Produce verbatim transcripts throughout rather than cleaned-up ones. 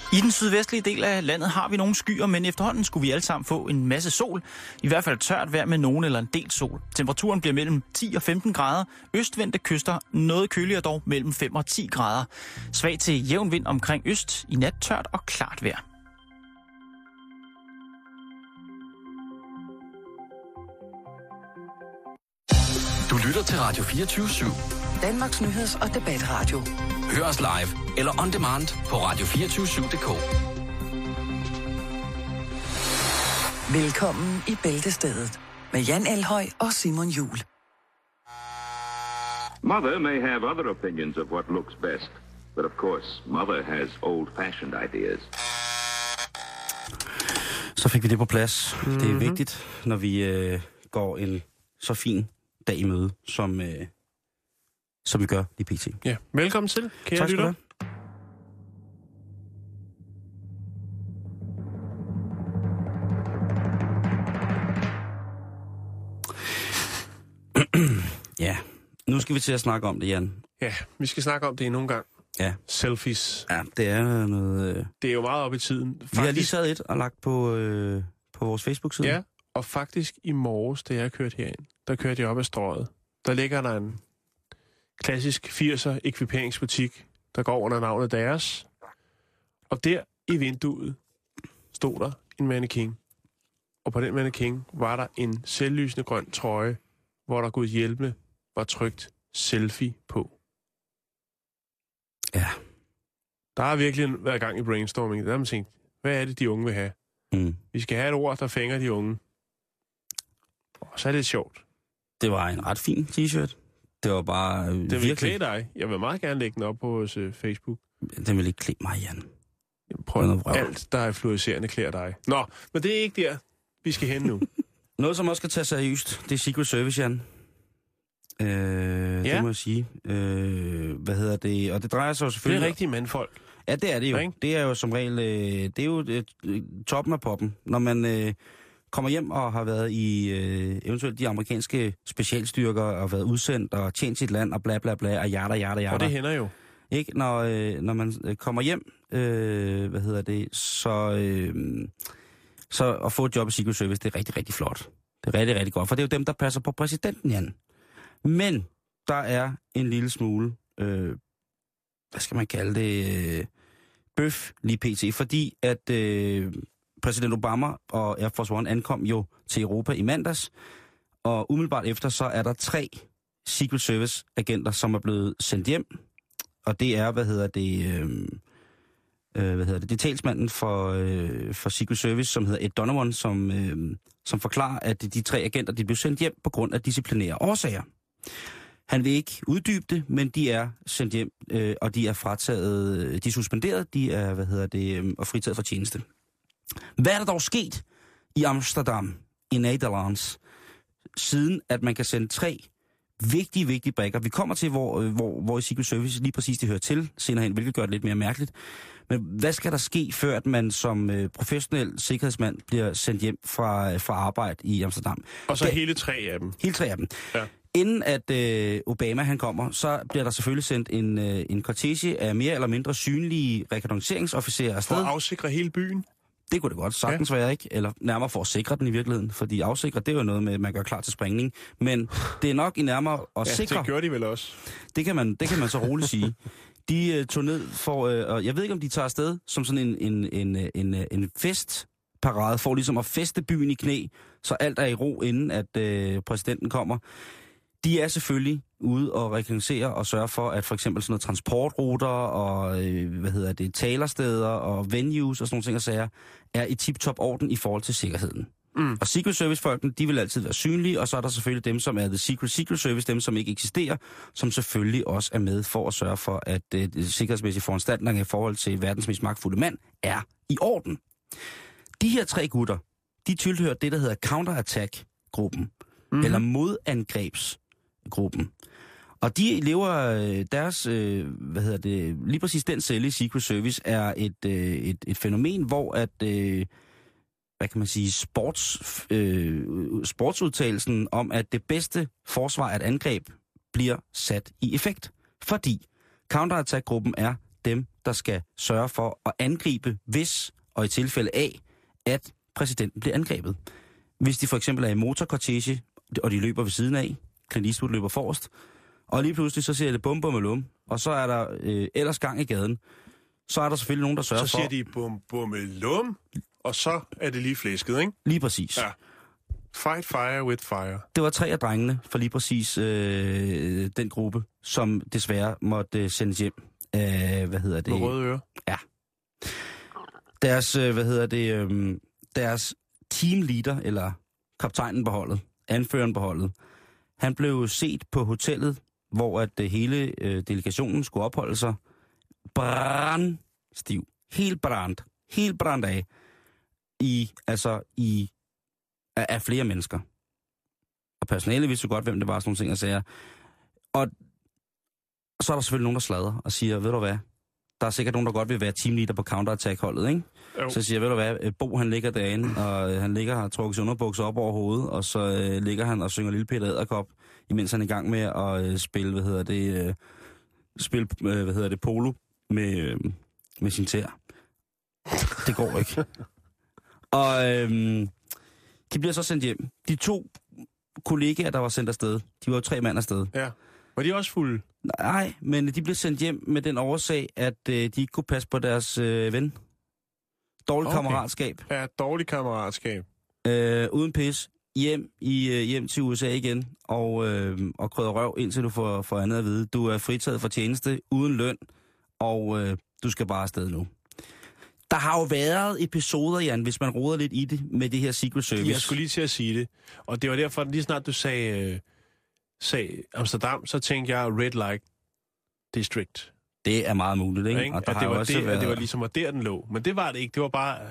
I den sydvestlige del af landet har vi nogle skyer, men efterhånden skulle vi alle sammen få en masse sol. I hvert fald tørt vejr med nogen eller en del sol. Temperaturen bliver mellem ti og femten grader. Østvendte kyster noget køligere dog mellem fem og ti grader. Svag til jævn vind omkring øst. I nat tørt og klart vejr. Du lytter til Radio fireogtyve syv. Danmarks nyheds- og debatradio. Hør os live eller on demand på radio to fire syv punktum d k. Velkommen i Bæltestedet med Jan Elhøj og Simon Juhl. Mother may have other opinions of what looks best, but of course, Mother has old-fashioned ideas. Så fik vi det på plads. Mm-hmm. Det er vigtigt, når vi øh, går en så fin dag i møde, som, øh, som vi gør i P T. Ja, velkommen til, kære tak lytter. Ja, nu skal vi til at snakke om det, Jan. Ja, vi skal snakke om det endnu en gang. Ja. Selfies. Ja, det er noget... Øh... Det er jo meget op i tiden. Faktisk... Vi har lige taget et og lagt på, øh, på vores Facebook-side. Ja, og faktisk i morges, da jeg kørte herind, der kørte jeg op ad strøget. Der ligger der en klassisk firser ekviperingsbutik, der går under navnet deres. Og der i vinduet stod der en mannequin. Og på den mannequin var der en selvlysende grøn trøje, hvor der Gud hjælpe var trykt selfie på. Ja. Der har virkelig været gang i brainstorming. Der har man tænkt, hvad er det, de unge vil have? Mm. Vi skal have et ord, der fænger de unge. Og så er det sjovt. Det var en ret fin t-shirt. Det var bare øh, Det vil virkelig... klæde dig. Jeg vil meget gerne lægge den op på vores uh, Facebook. Den vil ikke klæde mig, Jan. Prøv alt, der er fluorescerende, klæder dig. Nå, men det er ikke der, vi skal hen nu. Noget, som også skal tage seriøst, det er Secret Service, Jan. Øh, ja. Det må jeg sige. Øh, hvad hedder det? Og det drejer sig jo selvfølgelig... Det er rigtige mandfolk. Ja, det er det jo. Ja, det er jo som regel... Øh, det er jo øh, toppen af poppen. Når man øh, kommer hjem og har været i øh, eventuelt de amerikanske specialstyrker og været udsendt og tjent sit land og bla bla bla og jada jada jada. Og det hænder jo. Ikke? Når, øh, når man kommer hjem, øh, hvad hedder det, så... Øh, så at få et job i Secret Service, det er rigtig, rigtig flot. Det er rigtig, rigtig godt, for det er jo dem, der passer på præsidenten, Jan. Men der er en lille smule, øh, hvad skal man kalde det, øh, bøf lige pt. Fordi at øh, præsident Obama og Air Force One ankom jo til Europa i mandags, og umiddelbart efter så er der tre Secret Service agenter, som er blevet sendt hjem, og det er, hvad hedder det... Øh, Øh, hvad hedder det? Det er talsmanden for, øh, for Secret Service, som hedder Ed Donovan, som, øh, som forklarer, at de tre agenter de blev sendt hjem på grund af disciplinære årsager. Han vil ikke uddybe det, men de er sendt hjem, øh, og de er frataget, de er suspenderet, de er, hvad hedder det, øh, og fritaget fra tjeneste. Hvad er der dog sket i Amsterdam, i Nederlands, siden at man kan sende tre vigtige, vigtige brikker? Vi kommer til, hvor, hvor, hvor i Secret Service lige præcis det hører til senere hen, hvilket gør det lidt mere mærkeligt. Men hvad skal der ske, før at man som øh, professionel sikkerhedsmand bliver sendt hjem fra, fra arbejde i Amsterdam? Og så det, hele tre af dem. Hele tre af dem. Ja. Inden at øh, Obama han kommer, så bliver der selvfølgelig sendt en, øh, en kortege af mere eller mindre synlige rekognosceringsofficerer afsted. For at afsikre hele byen? Det kunne det godt sagtens ja. være, ikke? Eller nærmere for at sikre den i virkeligheden. Fordi afsikre, det er jo noget med, at man gør klar til sprængning. Men det er nok i nærmere at ja, sikre... det gør de vel også. Det kan man, det kan man så roligt sige. De uh, tog ned for... Uh, og jeg ved ikke, om de tager afsted som sådan en, en, en, en, en festparade, for ligesom at feste byen i knæ, så alt er i ro, inden at uh, præsidenten kommer. De er selvfølgelig ude og rekognoscere og sørge for, at for eksempel sådan noget transportruter og øh, hvad hedder det, talersteder og venues og sådan nogle ting og sager, er i tip-top orden i forhold til sikkerheden. Mm. Og Secret Service-folkene, de vil altid være synlige, og så er der selvfølgelig dem, som er The Secret Secret Service, dem som ikke eksisterer, som selvfølgelig også er med for at sørge for, at øh, sikkerhedsmæssige foranstaltninger i forhold til verdens mest magtfulde mand er i orden. De her tre gutter, de tilhører det, der hedder Counterattack-gruppen, mm. eller modangrebsgruppen. Og de lever deres, øh, hvad hedder det, lige præcis den celle i Secret Service er et, øh, et, et fænomen, hvor at, øh, hvad kan man sige, sports, øh, sportsudtalelsen om, at det bedste forsvar af et angreb bliver sat i effekt. Fordi counterattack-gruppen er dem, der skal sørge for at angribe, hvis og i tilfælde af, at præsidenten bliver angrebet. Hvis de for eksempel er i motorkortege, og de løber ved siden af, Clint Eastwood løber forrest, og lige pludselig så siger det bum bum lum, og så er der øh, ellers gang i gaden, så er der selvfølgelig nogen, der sørger for... Så siger for, de bum bum lum, og så er det lige flæsket, ikke? Lige præcis. Ja. Fight fire with fire. Det var tre af drengene for lige præcis øh, den gruppe, som desværre måtte sendes hjem. Øh, hvad hedder det? Med røde ører? Ja. Deres, øh, hvad hedder det, øh, deres teamleader, eller kaptajnen på holdet, anføreren på holdet, han blev set på hotellet, hvor at øh, hele øh, delegationen skulle opholde sig brandstiv. Helt brændt. Helt brændt af. I, altså i, af, af flere mennesker. Og personalet vidste jo godt, hvem det var, sådan nogle ting, jeg sagde. Og så er der selvfølgelig nogen, der sladrer og siger, ved du hvad, der er sikkert nogen, der godt vil være teamleader på counterattack-holdet, ikke? Jo. Så siger jeg, ved du hvad, Bo han ligger derinde, og han ligger og har trukket sig underbukser op over hovedet, og så øh, ligger han og synger Lille Peter Edderkop, imens han er i gang med at øh, spille, hvad hedder det, øh, spille, øh, hvad hedder det, polo med, øh, med sin tær. Det går ikke. Og øh, de bliver så sendt hjem. De to kollegaer, der var sendt afsted, de var jo tre mand afsted. Ja. Var de også fulde? Nej, men de blev sendt hjem med den årsag, at øh, de ikke kunne passe på deres øh, ven. Dårligt okay. kammeratskab. Ja, dårligt kammeratskab. Øh, uden pis. Hjem, i, øh, hjem til U S A igen, og, øh, og krydder røv, indtil du får, får andet at vide. Du er fritaget for tjeneste, uden løn, og øh, du skal bare afsted nu. Der har jo været episoder, Jan, hvis man roder lidt i det, med det her Secret Service. Jeg skulle lige til at sige det. Og det var derfor, lige snart du sagde, øh, sagde Amsterdam, så tænkte jeg Red Light District. Det er meget muligt, ikke? ikke? Og der at, det var også det, været... at det var ligesom, at der den lå. Men det var det ikke. Det var bare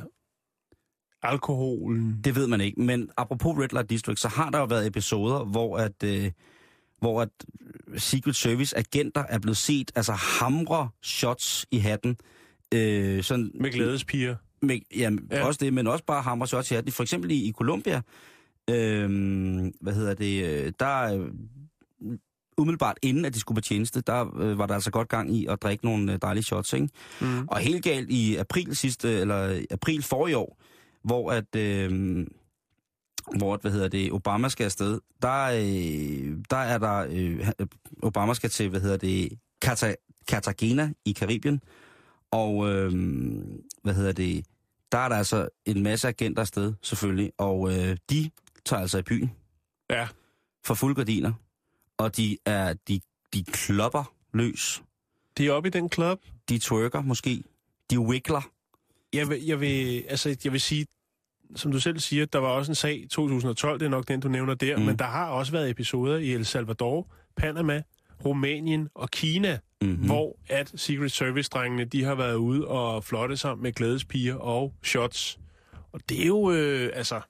alkoholen. Det ved man ikke. Men apropos Red Light District, så har der jo været episoder, hvor at, øh, hvor at Secret Service agenter er blevet set, altså hamre shots i hatten. Øh, sådan, med glædespiger. Med, jamen, ja, også det, men også bare hamre shots i hatten. For eksempel i, i Colombia, øh, hvad hedder det, der umiddelbart inden, at de skulle på tjeneste, der øh, var der altså godt gang i at drikke nogle øh, dejlige shots, ikke? Mm. Og helt galt i april sidste, eller april forrige år, hvor at, øh, hvor at, hvad hedder det, Obama skal afsted, der, øh, der er der, øh, Obama skal til, hvad hedder det, Cartagena i Karibien, og øh, hvad hedder det, der er der altså en masse agenter afsted, selvfølgelig, og øh, de tager altså i byen. Ja. For fulde gardiner. Og de er, de, de klopper løs. De er oppe i den klub? De twerker måske. De wiggler. Jeg vil, jeg vil, altså, jeg vil sige, som du selv siger, der var også en sag i to tusind og tolv, det er nok den, du nævner der, mm. men der har også været episoder i El Salvador, Panama, Rumænien og Kina, mm-hmm. hvor at Secret Service-drengene, de har været ude og flotte sig med glædespiger og shots. Og det er jo, øh, altså,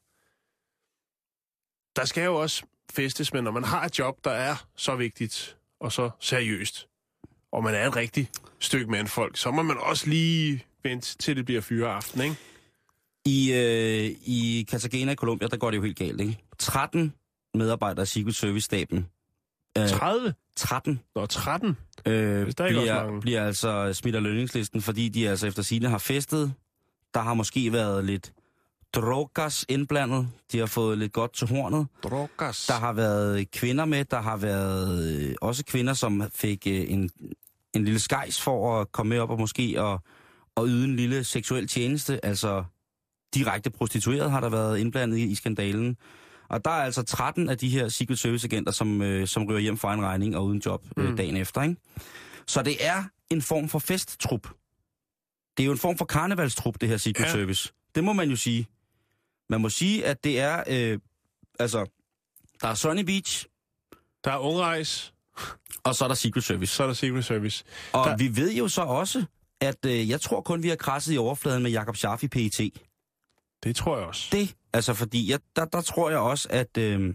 der skal jo også festes, men når man har et job, der er så vigtigt og så seriøst, og man er et rigtigt stykke mandfolk, så må man også lige vente til det bliver fyreaften, ikke? I, øh, i Cartagena i Colombia, der går det jo helt galt, ikke? tretten medarbejdere af Secret Service-staben. Øh, tredive? tretten. Nå, tretten? Øh, bliver, bliver altså smidt af lønningslisten, fordi de altså efter sigende har festet. Der har måske været lidt drogas indblandet. De har fået lidt godt til hornet. Drogas. Der har været kvinder med. Der har været øh, også kvinder, som fik øh, en, en lille skejs for at komme med op og måske og, og yde en lille seksuel tjeneste. Altså direkte prostitueret har der været indblandet i, i skandalen. Og der er altså tretten af de her Secret Service-agenter, som, øh, som ryger hjem for en regning og uden job øh, mm. dagen efter, ikke? Så det er en form for festtrup. Det er jo en form for karnevalstrup, det her Secret ja. Service. Det må man jo sige. Man må sige, at det er, øh, altså, der er Sunny Beach. Der er Ungrejs. Og så er der Secret Service. Så er der Secret Service. Og der... vi ved jo så også, at øh, jeg tror kun, vi har krasset i overfladen med Jakob Scharf i P E T. Det tror jeg også. Det, altså fordi, jeg, der, der tror jeg også, at, øh,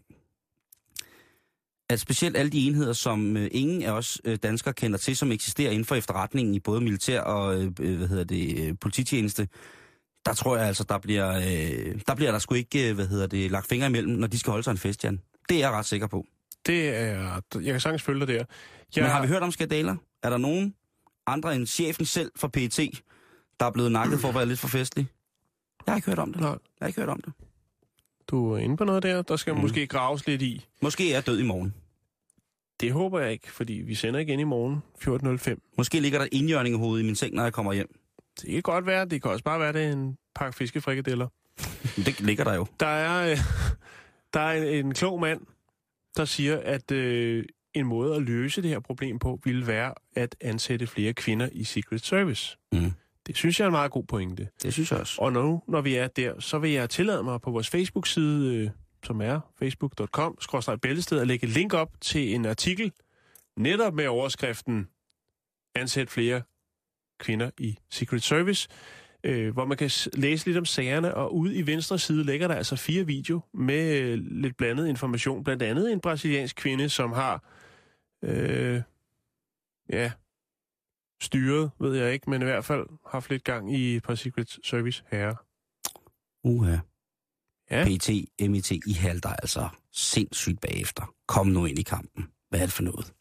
at specielt alle de enheder, som øh, ingen af os øh, danskere kender til, som eksisterer inden for efterretningen i både militær og øh, hvad hedder det, øh, polititjeneste, der tror jeg altså, der bliver, øh, der bliver der sgu ikke, øh, hvad hedder det, lagt fingre imellem, når de skal holde sig en fest, Jan. Det er jeg ret sikker på. Det er, jeg kan sagtens følge dig der. Jeg... Men har vi hørt om skandaler? Er der nogen andre end chefen selv for P E T, der er blevet nakket for at være lidt for festlig? Jeg har ikke hørt om det. Nej. Jeg har ikke hørt om det. Du er inde på noget der, der skal Mm. måske graves lidt i. Måske er jeg død i morgen. Det håber jeg ikke, fordi vi sender igen i morgen fjorten nul fem. Måske ligger der indjørning i hovedet i min seng, når jeg kommer hjem. Det kan godt være, det kan også bare være, det er en pakke fiskefrikadeller. Men det ligger der jo. Der er, øh, der er en, en klog mand, der siger, at øh, en måde at løse det her problem på, ville være at ansætte flere kvinder i Secret Service. Mm. Det synes jeg er en meget god pointe. Det synes jeg også. Og nu, når vi er der, så vil jeg tillade mig på vores Facebook-side, øh, som er facebook punktum com skråstreg bæltested, at lægge link op til en artikel, netop med overskriften Ansæt flere kvinder i Secret Service, øh, hvor man kan læse lidt om sagerne, og ude i venstre side ligger der altså fire video med øh, lidt blandet information. Blandt andet en brasiliansk kvinde, som har øh, ja, styret, ved jeg ikke, men i hvert fald haft lidt gang i et par Secret Service herrer. Uha. Ja. P T, M I T, I halter altså sindssygt bagefter. Kom nu ind i kampen. Hvad er det for noget?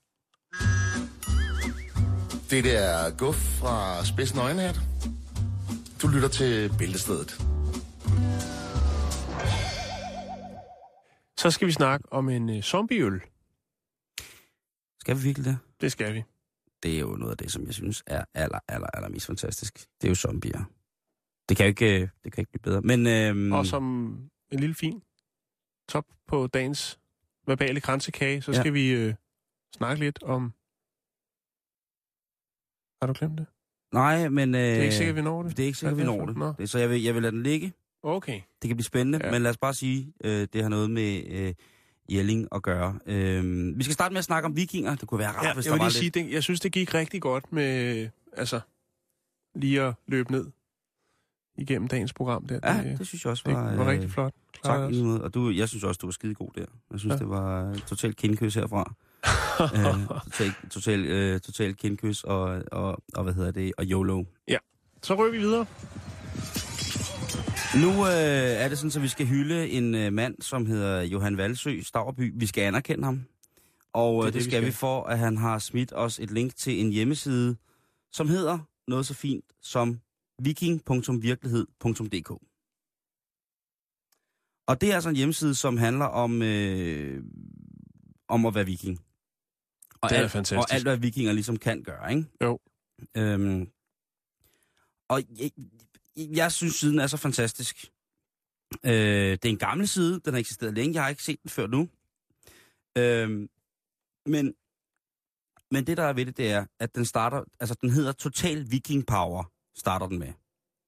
Det der er Guf fra Spidsen Øjenhat. Du lytter til Bæltestedet. Så skal vi snakke om en øh, zombieøl. Skal vi virkelig det? Det skal vi. Det er jo noget af det, som jeg synes er aller, aller, aller mest fantastisk. Det er jo zombier. Det kan jo ikke, det kan ikke blive bedre. Men, øhm... Og som en lille fin top på dagens verbale kransekage, så skal ja. vi øh, snakke lidt om... Har du glemt det? Nej, men... Øh... Det er ikke sikkert, vi når det. Det er ikke sikkert, vi når det. Nå. det. Så jeg vil, jeg vil lade den ligge. Okay. Det kan blive spændende, ja. men lad os bare sige, øh, det har noget med øh, Jelling at gøre. Øh, vi skal starte med at snakke om vikinger. Det kunne være rart, ja, hvis jeg der vil var lige sige, lidt... det, jeg synes, det gik rigtig godt med... Altså, lige at løbe ned igennem dagens program der. Ja, det, det synes jeg også det var... var, var rigtig flot. Klar tak, også. Og du, jeg synes også, du var skide god der. Jeg synes, ja. det var totalt kindkys herfra. uh, totalt total, uh, total kindkys og, og, og, hvad hedder det, og YOLO. Ja, så rører vi videre. Nu øh, er det sådan, at vi skal hylde en øh, mand, som hedder Johan Valsø Stavreby. Vi skal anerkende ham. Og øh, det, det, det skal vi, skal vi for, at han har smidt os et link til en hjemmeside, som hedder noget så fint som viking punktum virkelighed punktum d k. Og det er altså en hjemmeside, som handler om, øh, om at være viking. Og det er alt, fantastisk. Og alt, hvad vikinger ligesom kan gøre, ikke? Jo. Øhm, og jeg, jeg synes, siden er så fantastisk. Øh, det er en gammel side, den har eksisteret længe. Jeg har ikke set den før nu. Øh, men, men det, der er ved det, det er, at den starter, altså den hedder Total Viking Power, starter den med.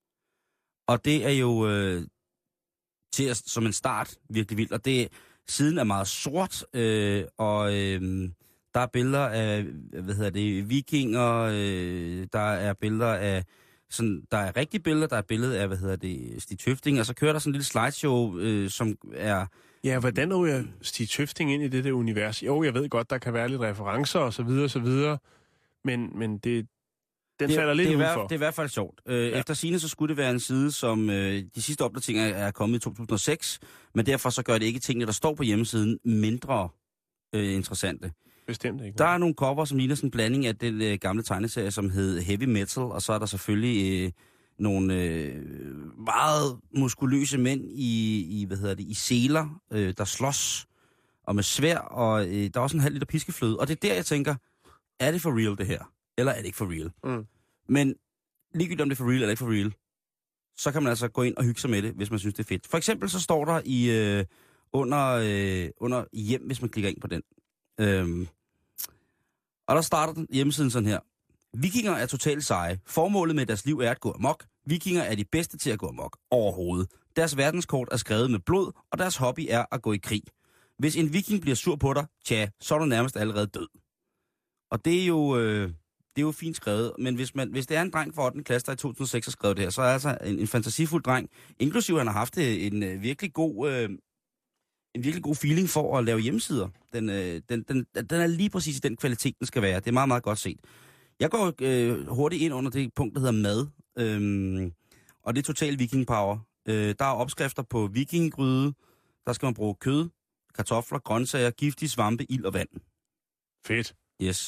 Og det er jo øh, til at, som en start virkelig vildt. Og det siden er meget sort, øh, og øh, der er billeder af, hvad hedder det, vikinger, øh, der er billeder af, sådan, der er rigtige billeder, der er billeder af, hvad hedder det, Stig Tøfting, og så kører der sådan en lille slideshow, øh, som er... Ja, hvordan er jeg Stig Tøfting ind i det der univers? Jo, jeg ved godt, der kan være lidt referencer og så videre og så videre, men, men det, den det, falder lidt det er udenfor. Det er i hvert fald sjovt. Øh, ja. Efter sigende, så skulle det være en side, som øh, de sidste opdateringer er kommet i to tusind og seks, men derfor så gør det ikke tingene, der står på hjemmesiden, mindre øh, interessante. Bestemt ikke. Der er nogle cover, som ligner sådan en blanding af den øh, gamle tegneserie, som hed Heavy Metal, og så er der selvfølgelig øh, nogle øh, meget muskuløse mænd i, i, hvad hedder det, i seler, øh, der slås, og med svær, og øh, der er også en halv liter piskefløde. Og det er der, jeg tænker, er det for real det her? Eller er det ikke for real? Mm. Men ligegyldigt om det er for real eller ikke for real, så kan man altså gå ind og hygge sig med det, hvis man synes, det er fedt. For eksempel så står der i øh, under, øh, under hjem, hvis man klikker ind på den. Øhm, og der starter den hjemmesiden sådan her. Vikinger er totalt seje. Formålet med deres liv er at gå amok. Vikinger er de bedste til at gå amok overhovedet. Deres verdenskort er skrevet med blod, og deres hobby er at gå i krig. Hvis en viking bliver sur på dig, tja, så er du nærmest allerede død. Og det er jo, øh, det er jo fint skrevet, men hvis, man, hvis det er en dreng fra ottende klasse, der i to tusind og seks har skrevet det her, så er altså en, en fantasifuld dreng, inklusive han har haft en øh, virkelig god... Øh, en virkelig god feeling for at lave hjemmesider. Den, øh, den, den, den er lige præcis i den kvalitet, den skal være. Det er meget, meget godt set. Jeg går øh, hurtigt ind under det punkt, der hedder mad. Øhm, og det er Total Viking Power. Øh, der er opskrifter på vikinggryde. Der skal man bruge kød, kartofler, grøntsager, giftige svampe, ild og vand. Fedt. Yes.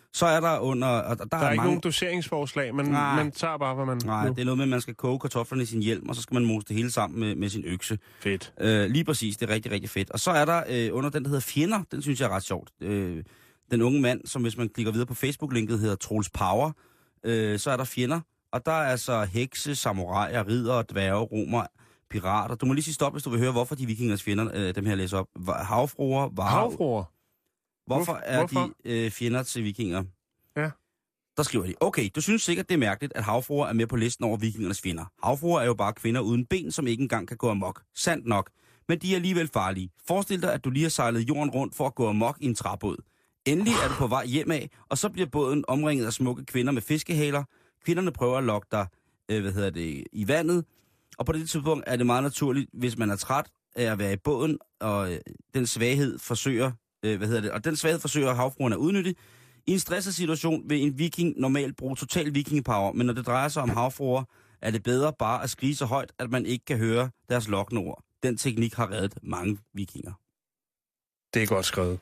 Så er der under... Og der, Der er, er ikke mange... nogen doseringsforslag, men Nej. man tager bare, hvad man... Nej, nu. det er noget med, at man skal koge kartoflerne i sin hjelm, og så skal man mose det hele sammen med, med sin økse. Fedt. Øh, lige præcis, det er rigtig, rigtig fedt. Og så er der øh, under den, der hedder Fjender, den synes jeg er ret sjovt. Øh, den unge mand, som hvis man klikker videre på Facebook-linket, hedder Troels Power. Øh, så er der Fjender, og der er altså hekse, samuraier, ridder, dværge, romer, pirater. Du må lige sige stop, hvis du vil høre, hvorfor de vikingers fjender, øh, dem her læser op. Havfruer, var... Havfruer? Hvorfor Hvor, er hvorfor? de øh, fjender til vikinger? Ja. Der skriver de, okay, du synes sikkert, det er mærkeligt, at havfruer er med på listen over vikingernes fjender. Havfruer er jo bare kvinder uden ben, som ikke engang kan gå amok. Sandt nok. Men de er alligevel farlige. Forestil dig, at du lige har sejlet jorden rundt for at gå amok i en træbåd. Endelig er du på vej hjem af, og så bliver båden omringet af smukke kvinder med fiskehaler. Kvinderne prøver at lokke dig øh, hvad hedder det, i vandet. Og på det tidspunkt er det meget naturligt, hvis man er træt af at være i båden, og øh, den svaghed forsøger, øh, hvad hedder det, og den svaghed forsøger havfruerne at udnytte. I en stresset situation vil en viking normalt bruge total vikingepower, men når det drejer sig om havfruer, er det bedre bare at skrige så højt, at man ikke kan høre deres lokkende ord. Den teknik har reddet mange vikinger. Det er godt skrevet.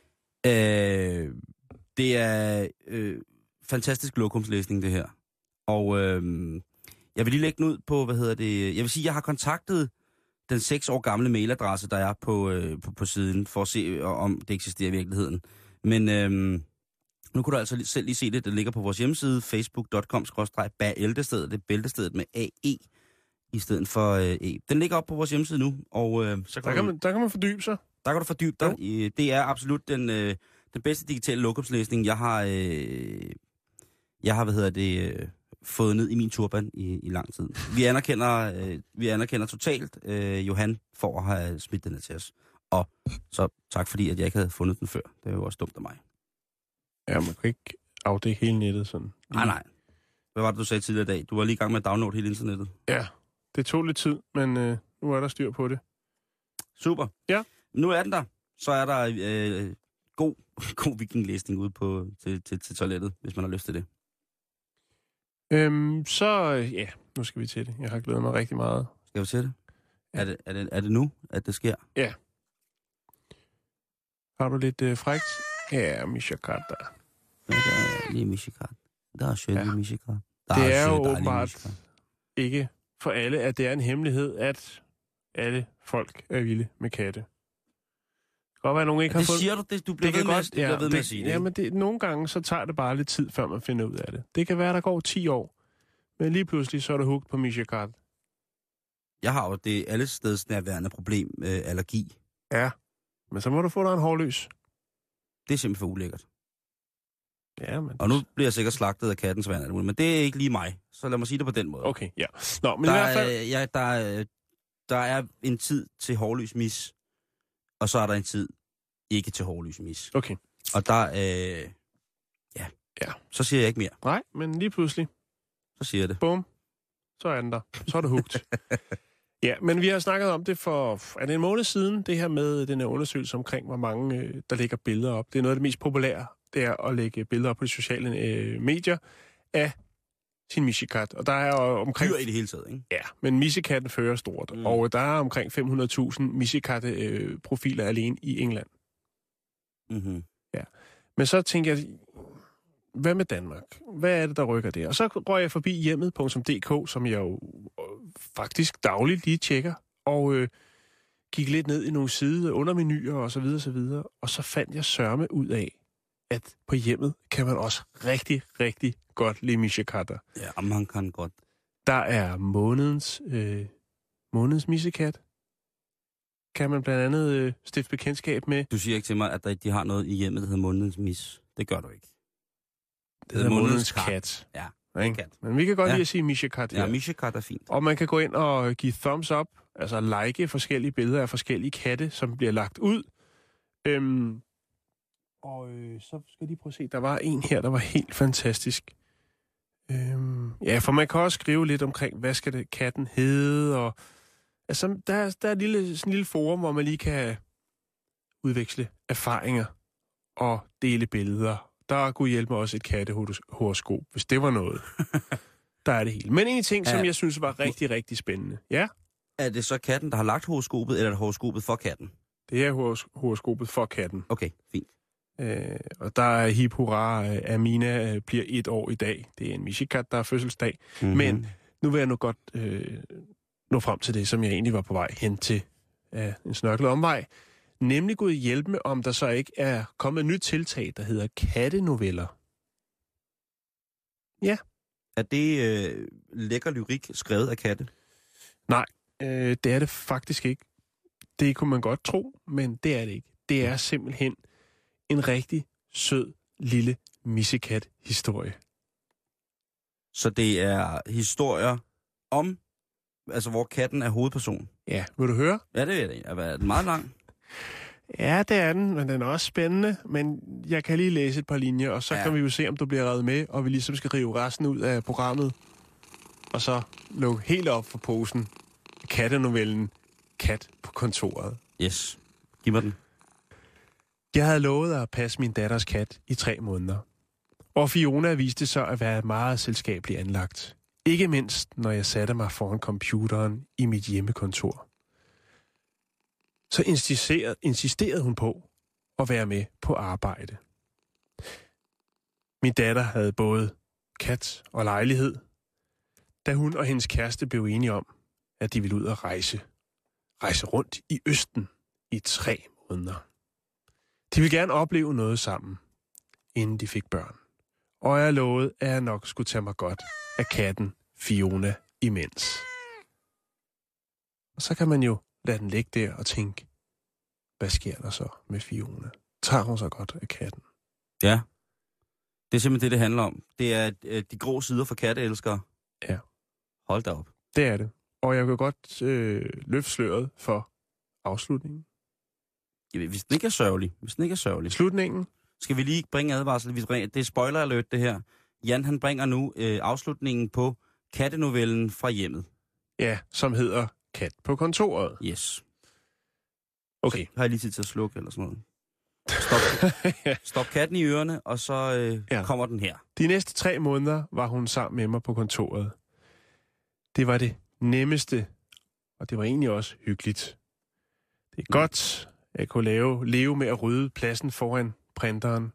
Øh, det er øh, fantastisk lokumslæsning, det her. Og øh, jeg vil lige lægge den ud på, hvad hedder det... Jeg vil sige, jeg har kontaktet den seks år gamle mailadresse, der er på, øh, på, på siden, for at se, om det eksisterer i virkeligheden. Men øh, nu kunne du altså selv lige se det. Det ligger på vores hjemmeside, facebook punktum com skråstreg bæltestedet. Det er bæltestedet med A E i stedet for øh, E. Den ligger op på vores hjemmeside nu, og øh, så kan, Der kan, du, man, der kan man fordybe sig. der kan du fordybe dig. I, det er absolut den, øh, den bedste digitale lokumslæsning, jeg har, øh, jeg har, hvad hedder det, øh, fået ned i min turban i, i lang tid. Vi anerkender, øh, vi anerkender totalt øh, Johan for at have smidt den til os. Og så tak fordi, at jeg ikke havde fundet den før. Det er jo også dumt af mig. Ja, man kan ikke afdække hele nettet sådan. Nej, nej. Hvad var det, du sagde tidligere i dag? Du var lige i gang med at downloade hele internettet. Ja, det tog lidt tid, men øh, nu er der styr på det. Super. Ja. Nu er den der. Så er der øh, god, god vikinglæsning ude på, til, til, til toilettet, hvis man har lyst til det. Øhm, så, øh, ja, nu skal vi til det. Jeg har glædet mig rigtig meget. Skal vi til det? Ja. Er det, er det? Er det nu, at det sker? Ja. Har du lidt øh, frækt? Ja, Mishakata. Ja, der er lige Michigan. Der er sjældent Ja. ja. Michigan. Det er jo åbenbart ikke for alle, at det er en hemmelighed, at alle folk er vilde med katte. Det kan godt være, at nogen ikke har Det fået... siger du, det, du bliver Det ved kan med, godt, du bliver ja, ved med det, at sige det. ja, ikke? men det, nogle gange så tager det bare lidt tid, før man finder ud af det. Det kan være, der går ti år, men lige pludselig så er du hooked på Mishakata. Jeg har jo det allesteds nærværende problem med allergi. Ja, men så må du få dig en hårløs. Det er simpelthen for ulækkert. Ja, men... Og nu bliver jeg sikkert slagtet af kattens vand, men det er ikke lige mig. Så lad mig sige det på den måde. Okay, ja. Nå, men der, i hvert fald... er, ja, der, er, der er en tid til hårløs mis, og så er der en tid ikke til hårløs mis. Okay. Og der, øh, ja. Ja. Så siger jeg ikke mere. Nej, men lige pludselig, Så siger jeg det. bum, så er den der. Så er det hugt. Ja, men vi har snakket om det for, er det en måned siden, det her med den her undersøgelse omkring, hvor mange, øh, der lægger billeder op. Det er noget af det mest populære, det er at lægge billeder op på de sociale øh, medier af sin mishikat. Og der er omkring... Dyr i det hele taget, ikke? Ja, men mishikatten fører stort. Mm. Og der er omkring fem hundrede tusind mishikatte-profiler øh, alene i England. Mm-hmm. Ja. Men så tænker jeg, hvad med Danmark? Hvad er det, der rykker der? Og så røg jeg forbi hjemmet punktum d k, som jeg jo faktisk dagligt lige tjekker, og øh, gik lidt ned i nogle side undermenuer og så videre, så videre. Og så fandt jeg sørme ud af, at på hjemmet kan man også rigtig, rigtig godt lide mishikatter. Ja, man kan godt. Der er månedens, øh, månedens mishikat. Kan man blandt andet øh, stifte bekendtskab med. Du siger ikke til mig, at der, de har noget i hjemmet, der hedder månedens mis. Det gør du ikke. Det hedder månedens kat. kat. Ja, ikke? kat. Men vi kan godt Ja. lide at sige mishikat her. Ja, mishikat er fint. Og man kan gå ind og give thumbs up, altså like forskellige billeder af forskellige katte, som bliver lagt ud. Øhm, og øh, så skal jeg lige prøve at se, der var en her, der var helt fantastisk. Øhm, ja, for man kan også skrive lidt omkring, hvad skal det katten hedde, og altså, der, der er et lille, sådan en lille forum, hvor man lige kan udveksle erfaringer og dele billeder. Der kunne hjælpe mig også et kattehoroskop, hvis det var noget. Der er det hele. Men en ting, som Ja. jeg synes var rigtig, rigtig spændende. Ja, Er det så katten, der har lagt horoskopet, eller er det horoskopet for katten? det er horos- horoskopet for katten. Okay, fint. Øh, og der er hip hurra, øh, Amina øh, bliver et år i dag. Det er en mishikat, der er fødselsdag. Mm-hmm. Men nu vil jeg nu godt øh, nå frem til det, som jeg egentlig var på vej hen til øh, en snørklet omvej. Nemlig gået hjælpe med, om der så ikke er kommet et nyt tiltag, der hedder kattenoveller. Ja. Er det øh, lækker lyrik skrevet af katte? Nej, øh, det er det faktisk ikke. Det kunne man godt tro, men det er det ikke. Det er simpelthen en rigtig sød, lille missekat-historie. Så det er historier om, altså hvor katten er hovedperson? Ja, vil du høre? Ja, det er det. Er den meget lang? Ja, det er den, men den er også spændende. Men jeg kan lige læse et par linjer, og så ja. kan vi jo se, om du bliver reddet med, og vi ligesom skal rive resten ud af programmet. Og så lukke helt op for posen. Kattenovellen Kat på kontoret. Yes. Giv mig den. Jeg havde lovet at passe min datters kat i tre måneder. Og Fiona viste sig at være meget selskabeligt anlagt. Ikke mindst, når jeg satte mig foran computeren i mit hjemmekontor. Så insisterede, insisterede hun på at være med på arbejde. Min datter havde både kat og lejlighed, da hun og hendes kæreste blev enige om, at de ville ud og rejse. Rejse rundt i Østen i tre måneder. De ville gerne opleve noget sammen, inden de fik børn. Og jeg lovede, at jeg nok skulle tage mig godt af katten Fiona imens. Og så kan man jo lade den ligge der og tænke, hvad sker der så med Fiona? Tager hun så godt af katten? Ja, det er simpelthen det, det handler om. Det er øh, de grå sider for katteelskere. Ja. Hold da op. Det er det. Og jeg kan godt øh, løfte sløret for afslutningen. Ja, hvis den ikke er sørgelig. Hvis den ikke er sørgelig. Slutningen? Skal vi lige bringe advarsel? Vi bringer, det er spoiler alert, det her. Jan, han bringer nu øh, afslutningen på kattenovellen Fra hjemmet. Ja, som hedder Kat på kontoret. Yes. Okay. Så har jeg lige tid til at slukke eller sådan noget. Stop, stop katten i ørerne, og så øh, ja. kommer den her. De næste tre måneder var hun sammen med mig på kontoret. Det var det nemmeste, og det var egentlig også hyggeligt. Det er godt, at jeg kunne lave, leve med at rydde pladsen foran printeren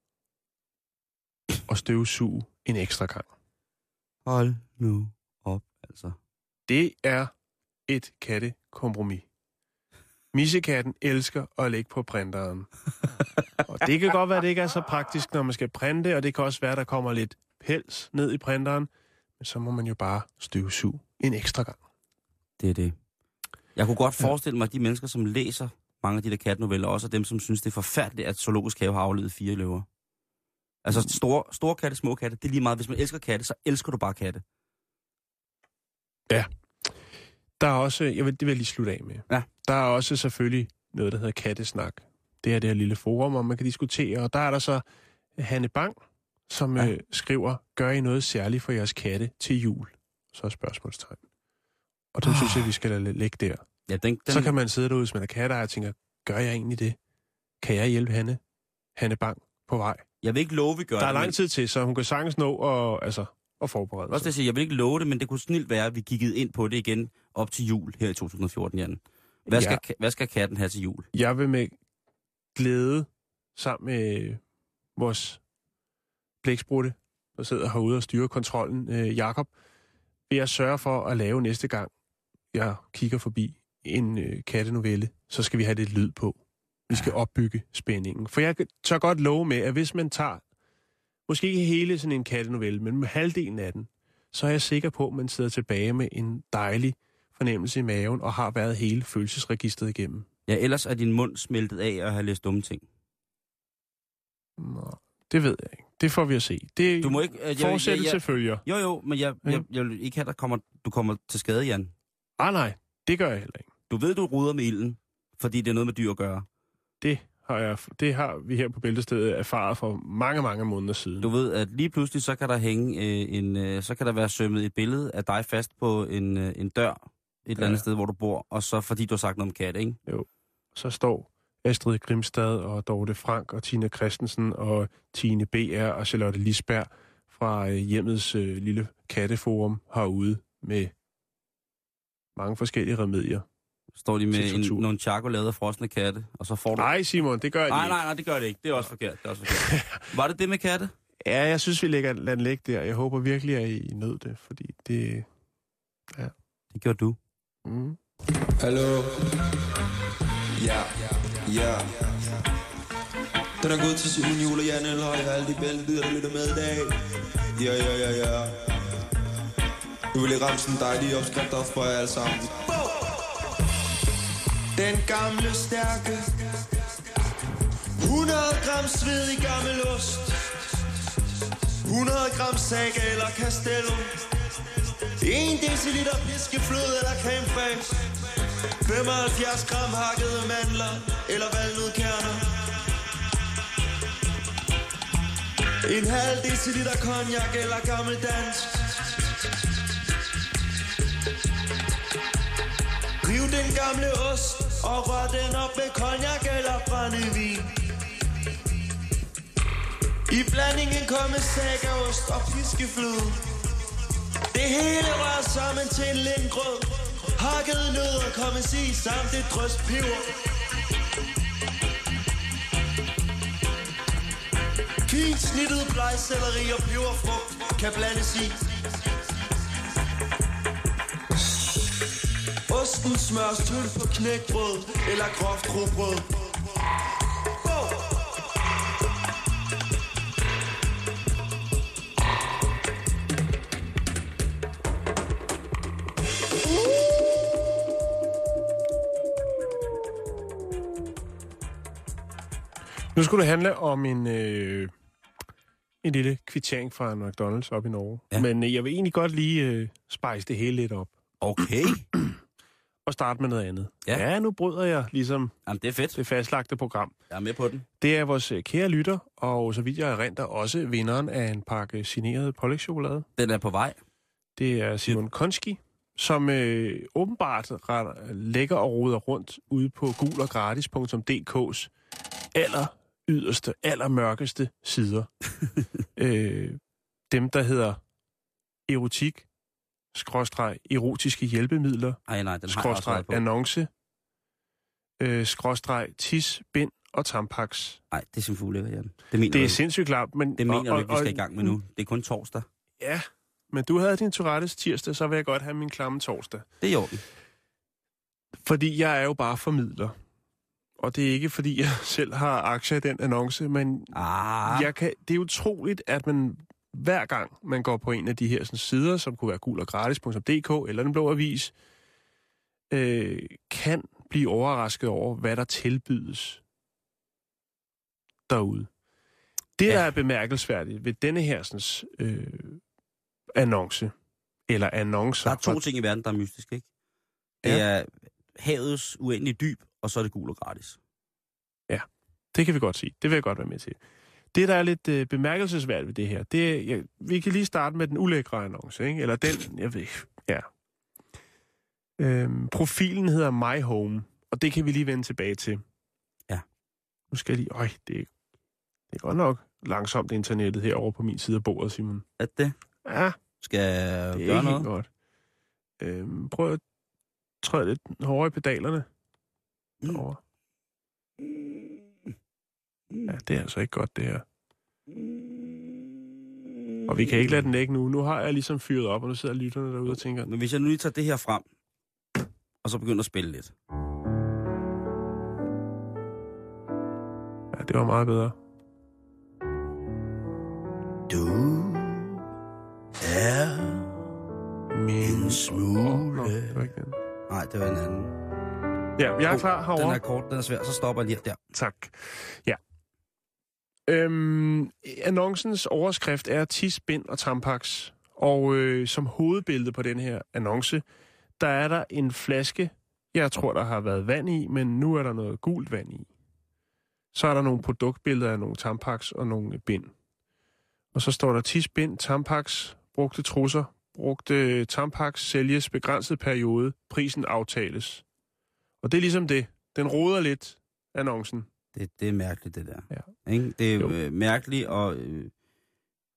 og støvsuge en ekstra gang. Hold nu op, altså. Det er et kattekompromis. Missekatten elsker at lægge på printeren. Og det kan godt være, at det ikke er så praktisk, når man skal printe, og det kan også være, at der kommer lidt pels ned i printeren. Men så må man jo bare støvsuge en ekstra gang. Det er det. Jeg kunne godt forestille mig, at de mennesker, som læser mange af de der kattenoveller, også er dem, som synes, det er forfærdeligt, at Zoologisk Have har aflevet fire løver. Altså store, store katte, små katte, det er lige meget. Hvis man elsker katte, så elsker du bare katte. Ja. Der er også, jeg vil, det vil jeg lige slutte af med. Ja. Der er også selvfølgelig noget, der hedder Kattesnak. Det er det her lille forum, hvor man kan diskutere. Og der er der så Hanne Bang, som ja. øh, skriver, gør I noget særligt for jeres katte til jul? Så er spørgsmålstegn. Og den oh. synes jeg, vi skal lade lægge der. Ja, den, den... Så kan man sidde derude, hvis man er katter, og tænker, gør jeg egentlig det? Kan jeg hjælpe Hanne? Hanne Bang på vej? Jeg vil ikke love, vi gør det. Der er lang men... tid til, så hun kan sagtens nå og, altså, og forberede også det, jeg, jeg vil ikke love det, men det kunne snilt være, at vi kiggede ind på det igen op til jul her i to tusind og fjorten, Jan. Hvad skal, ja. hvad skal katten have til jul? Jeg vil med glæde sammen med vores blæksprutte, der sidder herude og styrer kontrollen, øh, Jakob, vil jeg sørge for at lave næste gang, jeg kigger forbi en øh, kattenovelle, så skal vi have lidt lyd på. Vi skal opbygge spændingen. For jeg tør godt love med, at hvis man tager, måske ikke hele sådan en kattenovelle, men med halvdelen af den, så er jeg sikker på, at man sidder tilbage med en dejlig fornemmelse i maven, og har været hele følelsesregistret igennem. Ja, ellers er din mund smeltet af at have læst dumme ting. Nå, det ved jeg ikke. Det får vi at se. Det du må ikke... Jeg, fortsættelse jeg, jeg, følger. Jo, jo, men jeg, jeg, jeg vil ikke have, at kommer, du kommer til skade, Jan. Ah, nej. Det gør jeg heller ikke. Du ved, du ruder med ilden, fordi det er noget med dyr at gøre. Det har, jeg, det har vi her på Bæltestedet erfaret for mange, mange måneder siden. Du ved, at lige pludselig, så kan der hænge øh, en... Øh, så kan der være sømmet et billede af dig fast på en, øh, en dør et ja. eller andet sted, hvor du bor, og så fordi du har sagt noget om katte, ikke? Jo. Så står Astrid Grimstad og Dorte Frank og Tina Christensen og Tine B R og Charlotte Lisberg fra øh, hjemmets øh, lille katteforum herude med mange forskellige remedier. Står de med Til en, tortur. nogle charco lavet af frosne katte, og så får du... Nej, Simon, det gør de nej, ikke. nej, nej, det gør det ikke. Det er også forkert. Det er også forkert. Var det det med katte? Ja, jeg synes, vi lægger lader den ligge der. Jeg håber virkelig, at I nød det, fordi det... Ja. Det gjorde du. Mm. Hallo. Ja, ja. Den er gået til Simon Jul og Jan Elhøj og alle de bæltelyder, der lytter med i dag. Ja, ja, ja, ja. Nu vil jeg ramme sådan en dejlig opskrift op for jer alle sammen. Den gamle stærke hundrede gram sved i gammel ost, hundrede gram saga eller castello, en deciliter piskefløde eller creme fraiche, femoghalvfjerds gram hakkede mandler eller valnødkerner, en halv deciliter cognac eller gammeldansk. Riv den gamle ost og rør den op med cognac eller brændevin. I blandingen kommer sagaost og piskefløde. Det hele rører sammen til en lindgrød. Hakkede nødder kommer i samt et drøs peber. Fint snittet blegselleri og peberfrugt kan blandes i. Osten smøres tynd på knækbrød eller groft rugbrød. Nu skulle det handle om en, øh, en lille kvittering fra en McDonald's op i Norge. Ja. Men øh, jeg vil egentlig godt lige øh, spice det hele lidt op. Okay. Og starte med noget andet. Ja. Ja, nu bryder jeg ligesom Jamen, det er fedt. det fastlagte program. Jeg er med på den. Det er vores øh, kære lytter, og så vidt jeg erindrer, også vinderen af en pakke signeret pålægschokolade. Den er på vej. Det er Simon Konski, som øh, åbenbart ret, lægger og roder rundt ude på gul og gratis punktum d k's aller yderste, allermørkeste sider. øh, dem, der hedder erotik, skråstreg, erotiske hjælpemidler, Ej, nej, den har jeg også skråstreg, været på. annonce, øh, skråstreg, tis, bind og tampax. Nej, det er simpelthen ulækkert, Jan. Det mener Det er du. sindssygt klart, men... Det mener og, du ikke, vi og- skal i gang med nu. Det er kun torsdag. Ja, men du havde din Tourettes tirsdag, så vil jeg godt have min klamme torsdag. Det er i orden. Fordi jeg er jo bare formidler. Og det er ikke, fordi jeg selv har aktier i den annonce, men Ah, jeg kan, det er utroligt, at man hver gang man går på en af de her sådan, sider, som kunne være gul og gratis punktum d k eller Den Blå Avis, øh, kan blive overrasket over, hvad der tilbydes derude. Det, Ja. der er bemærkelsesværdigt ved denne her sådan, øh, annonce, eller annoncer... der er to ting i verden, der er mystiske, ikke? Det Ja. er havets uendelige dyb, og så er det gul og gratis. Det kan vi godt sige. Det vil jeg godt være med til. Det, der er lidt øh, bemærkelsesværdigt ved det her, det er, ja, vi kan lige starte med den ulækre annonce, ikke? Eller den, jeg ved ikke, ja. Øhm, profilen hedder My Home, og det kan vi lige vende tilbage til. Ja. Nu skal jeg lige, øj, det er, det er godt nok langsomt internettet herovre på min side af bordet, Simon. Er det? Ja, Skal jeg det er gøre ikke noget? helt godt. Øhm, prøv at træde lidt hårdere i pedalerne. Mm. Derovre. Ja, det er altså ikke godt, det her. Og vi kan ikke lade den ligge nu. Nu har jeg ligesom fyret op, og nu sidder lytterne derude og tænker... Men hvis jeg nu lige tager det her frem, og så begynder at spille lidt. Ja, det var meget bedre. Du er Min smule. Nå, det var ikke den. Nej, det var en anden. Ja, jeg er Oh, klar herovre. Den er kort, den er svær, så stopper jeg lige der. Tak. Ja. Øhm, annoncens overskrift er tis, bind og tampax. Og øh, som hovedbillede på den her annonce, der er der en flaske, jeg tror, der har været vand i, men nu er der noget gult vand i. Så er der nogle produktbilleder af nogle tampax og nogle bind. Og så står der tis, bind, tampax, brugte trusser, brugte tampax, sælges begrænset periode, prisen aftales. Og det er ligesom det. Den roder lidt, annoncen. Det, det er mærkeligt, det der. Ja. Ikke? Det er Jo. øh, mærkeligt, og, øh,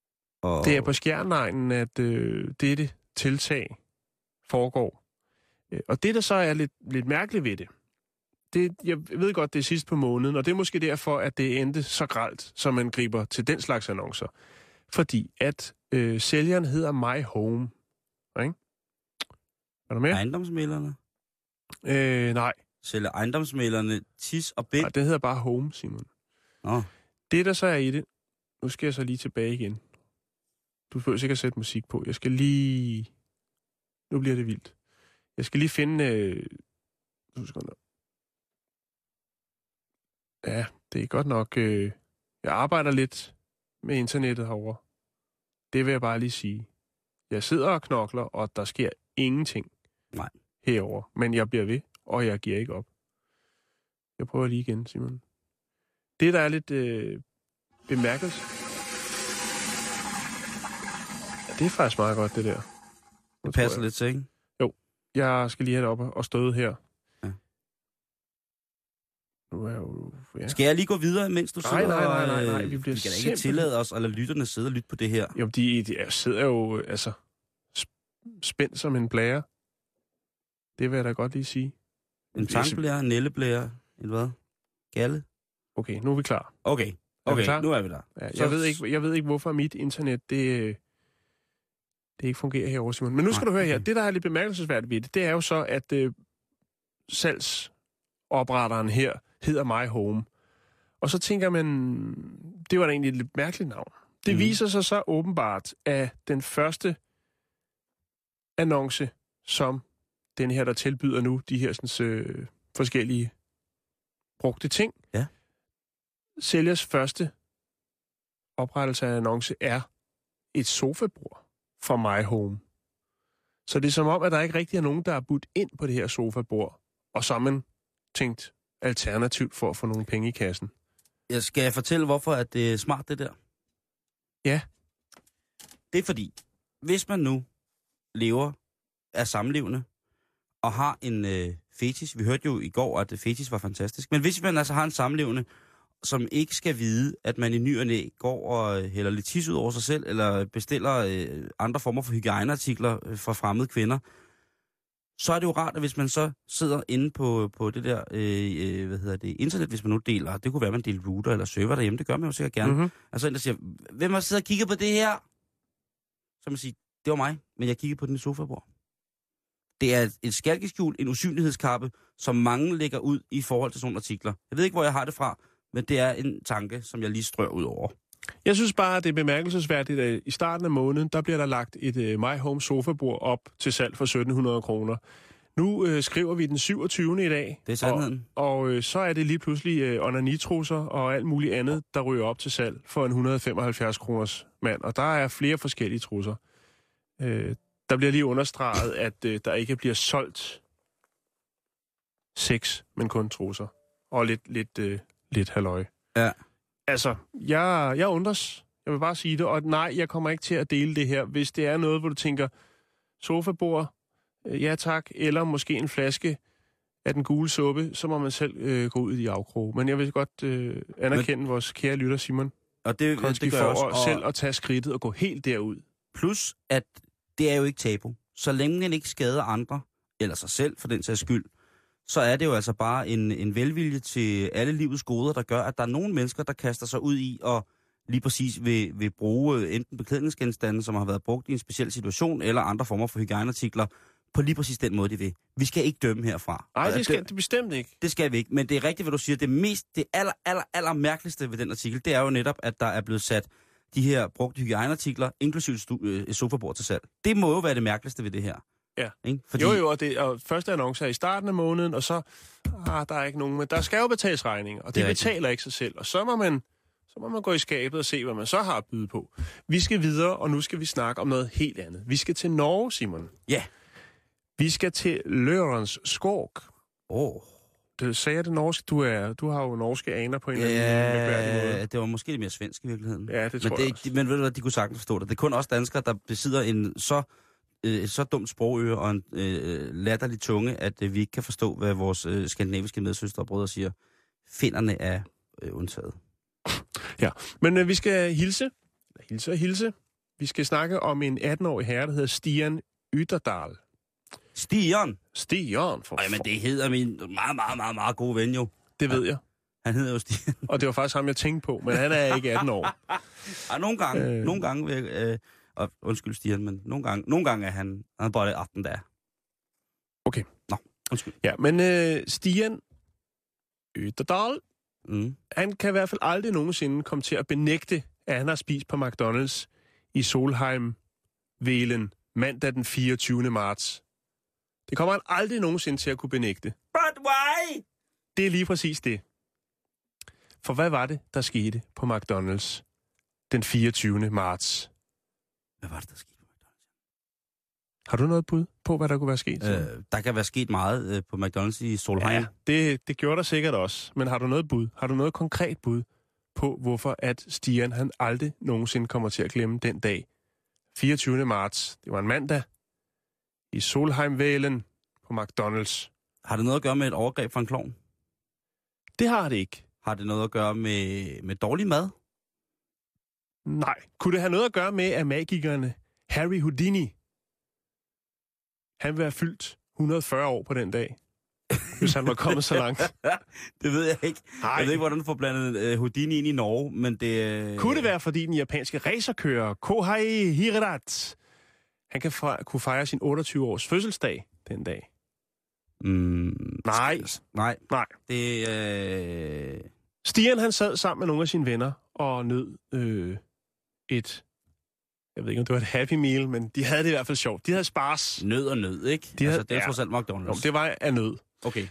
og... Det er på skjernegnen, at øh, dette tiltag foregår. Øh, og det, der så er lidt, lidt mærkeligt ved det, det, jeg ved godt, det er sidst på måneden, og det er måske derfor, at det endte så grelt, som man griber til den slags annoncer. Fordi at øh, sælgeren hedder My Home. Ikke? Er du med? Ejendomsmælerne? Øh, nej. Sælger ejendomsmælerne tis og bæk? Nej, det hedder bare Home, Simon. Nå. Det, der så er i det... Nu skal jeg så lige tilbage igen. Du behøver sikkert sætte musik på. Jeg skal lige... Nu bliver det vildt. Jeg skal lige finde... Øh... Ja, det er godt nok... Øh... Jeg arbejder lidt med internettet herovre. Det vil jeg bare lige sige. Jeg sidder og knokler, og der sker ingenting. Nej. Herover. Men jeg bliver ved, og jeg giver ikke op. Jeg prøver lige igen, Simon. Det, der er lidt øh, bemærket... Ja, det er faktisk meget godt, det der. Nu det passer lidt til, ikke? Jo. Jeg skal lige have det op og støde her. Ja. Nu er jeg jo... Ja. Skal jeg lige gå videre, mens du nej, sidder? Nej, nej, nej, nej. Vi, vi, bliver vi kan da ikke simpelthen... tillade os at lade lytterne sidde og lytte på det her. Jo, de, de sidder jo altså spændt som en blære. Det vil jeg da godt lige sige. En tankblære, en nælleblære, en hvad? Galle? Okay, nu er vi klar. Okay, okay, er nu er vi der. Ja, jeg, så... ved ikke, jeg ved ikke, hvorfor mit internet, det, det ikke fungerer herovre, Simon. Men nu skal Nej, du høre her. Okay. Det, der er lidt bemærkelsesværdigt ved det, det er jo så, at øh, salgsopretteren her hedder My Home. Og så tænker man, det var da egentlig et lidt mærkeligt navn. Det mm. viser sig så åbenbart, at den første annonce, som den her, der tilbyder nu de her sådan, øh, forskellige brugte ting, ja. Sælgers første oprettelse af annonce er et sofabord fra My Home. Så det er som om, at der ikke rigtig er nogen, der er budt ind på det her sofabord, og så har man tænkt alternativt for at få nogle penge i kassen. Jeg skal jeg fortælle, hvorfor at det er smart, det der? Ja. Det er fordi, hvis man nu lever af samlevende, og har en øh, fetish, vi hørte jo i går, at fetish var fantastisk, men hvis man altså har en samlevende, som ikke skal vide, at man i ny og næ går og hælder lidt tis ud over sig selv, eller bestiller øh, andre former for hygiejneartikler øh, fra fremmede kvinder, så er det jo rart, at hvis man så sidder inde på, på det der øh, hvad hedder det, internet, hvis man nu deler, det kunne være, at man deler router eller server derhjemme, det gør man jo sikkert gerne. Mm-hmm. Altså en, der siger, hvem har siddet og kigget på det her? Så man siger, det var mig, men jeg kiggede på den i sofabord. Det er et skalkeskjul, en usynlighedskappe, som mange lægger ud i forhold til sådan nogle artikler. Jeg ved ikke, hvor jeg har det fra, men det er en tanke, som jeg lige strør ud over. Jeg synes bare, at det er bemærkelsesværdigt, at i starten af måneden, der bliver der lagt et uh, My Home sofabord op til salg for sytten hundrede kroner. Nu uh, skriver vi den syvogtyvende i dag. Det er sandheden. Og, og uh, så er det lige pludselig uh, onanitrusser og alt muligt andet, der ryger op til salg for en et hundrede og femoghalvfjerds kroners mand. Og der er flere forskellige trusser. Uh, der bliver lige understreget, at uh, der ikke bliver solgt sex, men kun trusser. Og lidt, lidt, uh, lidt halløj. Ja. Altså, jeg, jeg undres. Jeg vil bare sige det. Og nej, jeg kommer ikke til at dele det her. Hvis det er noget, hvor du tænker, sofabord, øh, ja tak, eller måske en flaske af den gule suppe, så må man selv øh, gå ud i de afkroge. Men jeg vil godt øh, anerkende Men, vores kære lytter, Simon. Og det, Konski det gør for også, og... selv at tage skridtet og gå helt derud. Plus, at det er jo ikke tabu. Så længe man ikke skader andre, eller sig selv for den sags skyld, så er det jo altså bare en, en velvilje til alle livets goder, der gør, at der er nogle mennesker, der kaster sig ud i og lige præcis vil, vil bruge enten beklædningsgenstande, som har været brugt i en speciel situation, eller andre former for hygiejneartikler, på lige præcis den måde, de vil. Vi skal ikke dømme herfra. Nej, det skal det bestemt ikke. Det skal vi ikke, men det er rigtigt, hvad du siger. Det mest, det aller, aller, aller mærkeligste ved den artikel, det er jo netop, at der er blevet sat de her brugte hygiejneartikler, inklusive et sofabord til salg. Det må jo være det mærkeligste ved det her. Ja. Ikke? Fordi... Jo, jo, og, det, og første annonce er i starten af måneden, og så, ah, der er ikke nogen, men der skal jo betales regninger, og det, det betaler rigtigt. Ikke sig selv. Og så må, man, så må man gå i skabet og se, hvad man så har at byde på. Vi skal videre, og nu skal vi snakke om noget helt andet. Vi skal til Norge, Simon. Ja. Vi skal til Lørens Skog. Åh. Oh. Det sagde jeg det norske. Du, er, du har jo norske aner på en ja, eller anden måde. Ja, det var måske lidt mere svensk i virkeligheden. Ja, det tror men det, jeg også. De, men ved du hvad, de kunne sagtens forstå det. Det er kun også danskere, der besidder en så... et så dumt sprogøre og en øh, latterlig tunge, at øh, vi ikke kan forstå, hvad vores øh, skandinaviske medsøstre og brødre siger. Finderne er øh, undtaget. Ja, men øh, vi skal hilse. Hilse og hilse. Vi skal snakke om en atten-årig herre, der hedder Stian Ytterdal. Stian. Stian, for Ej, men det hedder min meget, meget, meget, meget gode ven jo. Det ved jeg. Han hedder jo Stian. Og det var faktisk ham, jeg tænkte på, men han er ikke atten år. Ej, nogle gange, Øh. nogle gange, vil jeg, øh, og, undskyld Stian, men nogle gange, nogle gange er han, han er bare atten dage. Okay. Nå, undskyld. Ja, men øh, Stian Ytterdal, Mm. han kan i hvert fald aldrig nogensinde komme til at benægte, at han har spist på McDonald's i Solheim-Vælen mandag den fireogtyvende marts. Det kommer han aldrig nogensinde til at kunne benægte. But why? Det er lige præcis det. For hvad var det, der skete på McDonald's den fireogtyvende marts? Hvad var det, der skete på McDonald's? Har du noget bud på, hvad der kunne være sket? Øh, der kan være sket meget øh, på McDonald's i Solheim. Ja, det, det gjorde der sikkert også. Men har du noget bud? Har du noget konkret bud på, hvorfor at Stian han aldrig nogensinde kommer til at glemme den dag? fireogtyvende marts, det var en mandag, i Solheim-Vælen på McDonald's. Har det noget at gøre med et overgreb fra en klovn? Det har det ikke. Har det noget at gøre med, med dårlig mad? Nej. Kunne det have noget at gøre med, at magikerne Harry Houdini, han vil have fyldt et hundrede og fyrre år på den dag, hvis han var kommet så langt? Det ved jeg ikke. Nej. Jeg ved ikke, hvordan du får blandet uh, Houdini ind i Norge, men det... Uh... Kunne det være, fordi den japanske racerkører Kohei Hirat, han kan fra, kunne fejre sin otteogtyve års fødselsdag den dag? Mm, Nej. Nej. Nej. Det... Øh... Stian, han sad sammen med nogle af sine venner og nød øh, et... Jeg ved ikke, om det var et Happy Meal, men de havde det i hvert fald sjovt. De havde spars. Nød og nød, ikke? De havde, altså, det er ja. trods alt McDonald's. Jo, det var af nød. Okay.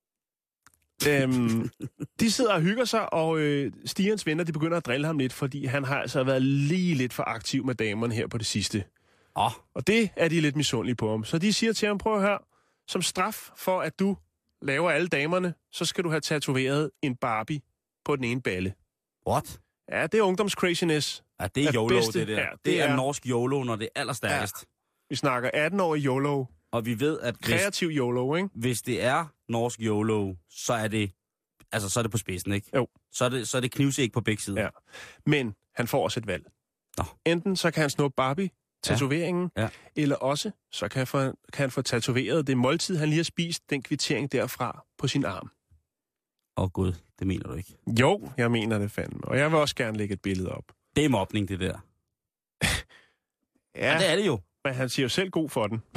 Øhm, de sidder og hygger sig, og øh, Stians venner, de begynder at drille ham lidt, fordi han har altså været lige lidt for aktiv med damerne her på det sidste. Oh. Og det er de lidt misundelige på ham. Så de siger til ham, prøv at høre, som straf for, at du laver alle damerne, så skal du have tatoveret en Barbie på den ene balle. What? Ja, det er ungdomscraziness. Ja, det er Er YOLO, bedste. det der. Ja, det, det det er, er- norsk YOLO, når det er allerstærkest. Ja. Vi snakker atten-årig YOLO. Og vi ved, at hvis, Kreativ YOLO, ikke? hvis det er norsk YOLO, så er det, altså, så er det på spidsen, ikke? Jo. Så er det, så er det knivsæg på begge sider. Ja. Men han får også et valg. Nå. Enten så kan han snuppe Barbie, tatoveringen, Ja. Ja. eller også så kan han, få, kan han få tatoveret det måltid, han lige har spist, den kvittering derfra på sin arm. Åh oh, gud, det mener du ikke. Jo, jeg mener det fandme. Og jeg vil også gerne lægge et billede op. Det er mobning, det der. Ja, Ja, det er det jo. men han siger jo selv god for den.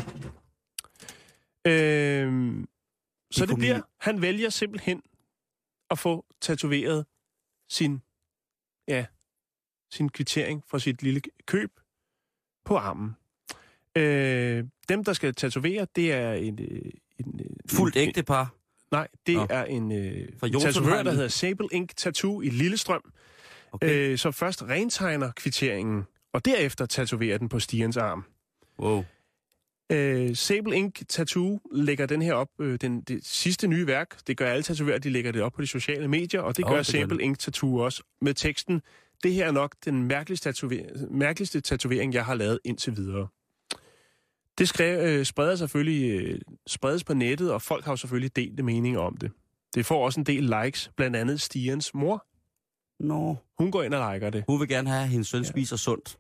Øhm, så det kunne bliver, min- han vælger simpelthen at få tatoveret sin, ja, sin kvittering for sit lille køb på armen. Øh, dem, der skal tatovere, det er en... øh, en øh, Fuldt en- ægtepar. Nej, det Nå. er en, øh, Fra en Jotunheimen. tatovør, der hedder Sable Ink Tattoo i Lillestrøm, Okay. øh, som først rentegner kvitteringen, og derefter tatoverer den på Stians arm. Wow. Øh, Sable Ink Tattoo lægger den her op, øh, den, det sidste nye værk. Det gør alle tatovører, de lægger det op på de sociale medier, og det Åh, gør det gør Sable det. Ink Tattoo også med teksten. Det her er nok den mærkeligste, tatover- mærkeligste tatovering, jeg har lavet indtil videre. Det skrev, øh, spreder selvfølgelig, øh, spredes på nettet, og folk har jo selvfølgelig delte meninger om det. Det får også en del likes, blandt andet Stians mor. Nå. Hun går ind og liker det. Hun vil gerne have, at hendes søn spiser sundt.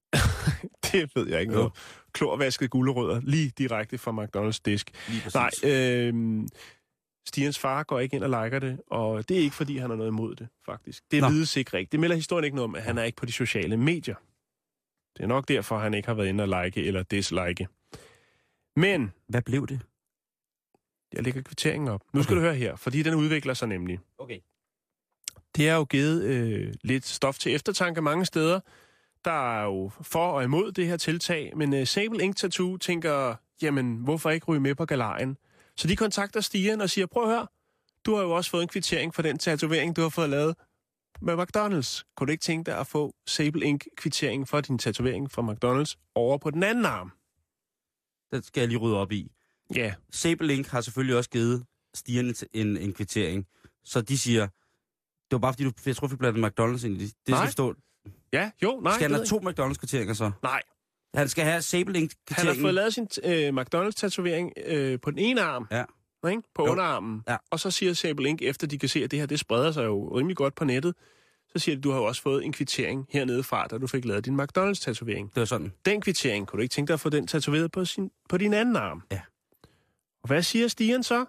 Det ved jeg ikke Jo. noget. Klorvasket gulerødder, lige direkte fra McDonald's disk. Lige præcis. Nej, øh, Stians far går ikke ind og liker det, og det er ikke, fordi han har noget imod det, faktisk. Det Nå. vides ikke rigtigt. Det melder historien ikke noget om, at han er ikke på de sociale medier. Det er nok derfor, han ikke har været inde og like eller dislike. Men Hvad blev det? jeg lægger kvitteringen op. Nu skal Okay. du høre her, fordi den udvikler sig nemlig. Okay. Det har jo givet øh, lidt stof til eftertanke mange steder. Der er jo for og imod det her tiltag, men øh, Sable Ink Tattoo tænker, jamen, hvorfor ikke ryge med på galejen? Så de kontakter Stian og siger, prøv at høre, du har jo også fået en kvittering for den tatovering, du har fået lavet med McDonald's. Kunne du ikke tænke dig at få Sable Ink kvittering for din tatovering fra McDonald's over på den anden arm? Det skal jeg lige rydde op i. Ja, Sable Link har selvfølgelig også givet Stian en, en kvittering. Så de siger, det var bare fordi, du, jeg tror, vi blandede McDonald's ind i det. Det Nej. skal forstå. ja, jo, nej. Skal han det have ved to McDonald's-kvitteringer så? jeg. Nej, Han skal have Sable han har Link-kvitteringen. fået lavet sin øh, McDonald's-tatovering øh, på den ene arm. Ja. Ikke? På Jo. underarmen. Ja. Og så siger Sable Ink, efter de kan se, at det her det spreder sig jo rimelig godt på nettet, så siger de, du har jo også fået en kvittering hernede fra, da du fik lavet din McDonald's-tatovering. Det var sådan. Den kvittering, kunne du ikke tænke dig at få den tatoveret på, sin, på din anden arm? Ja. Og hvad siger Stian så?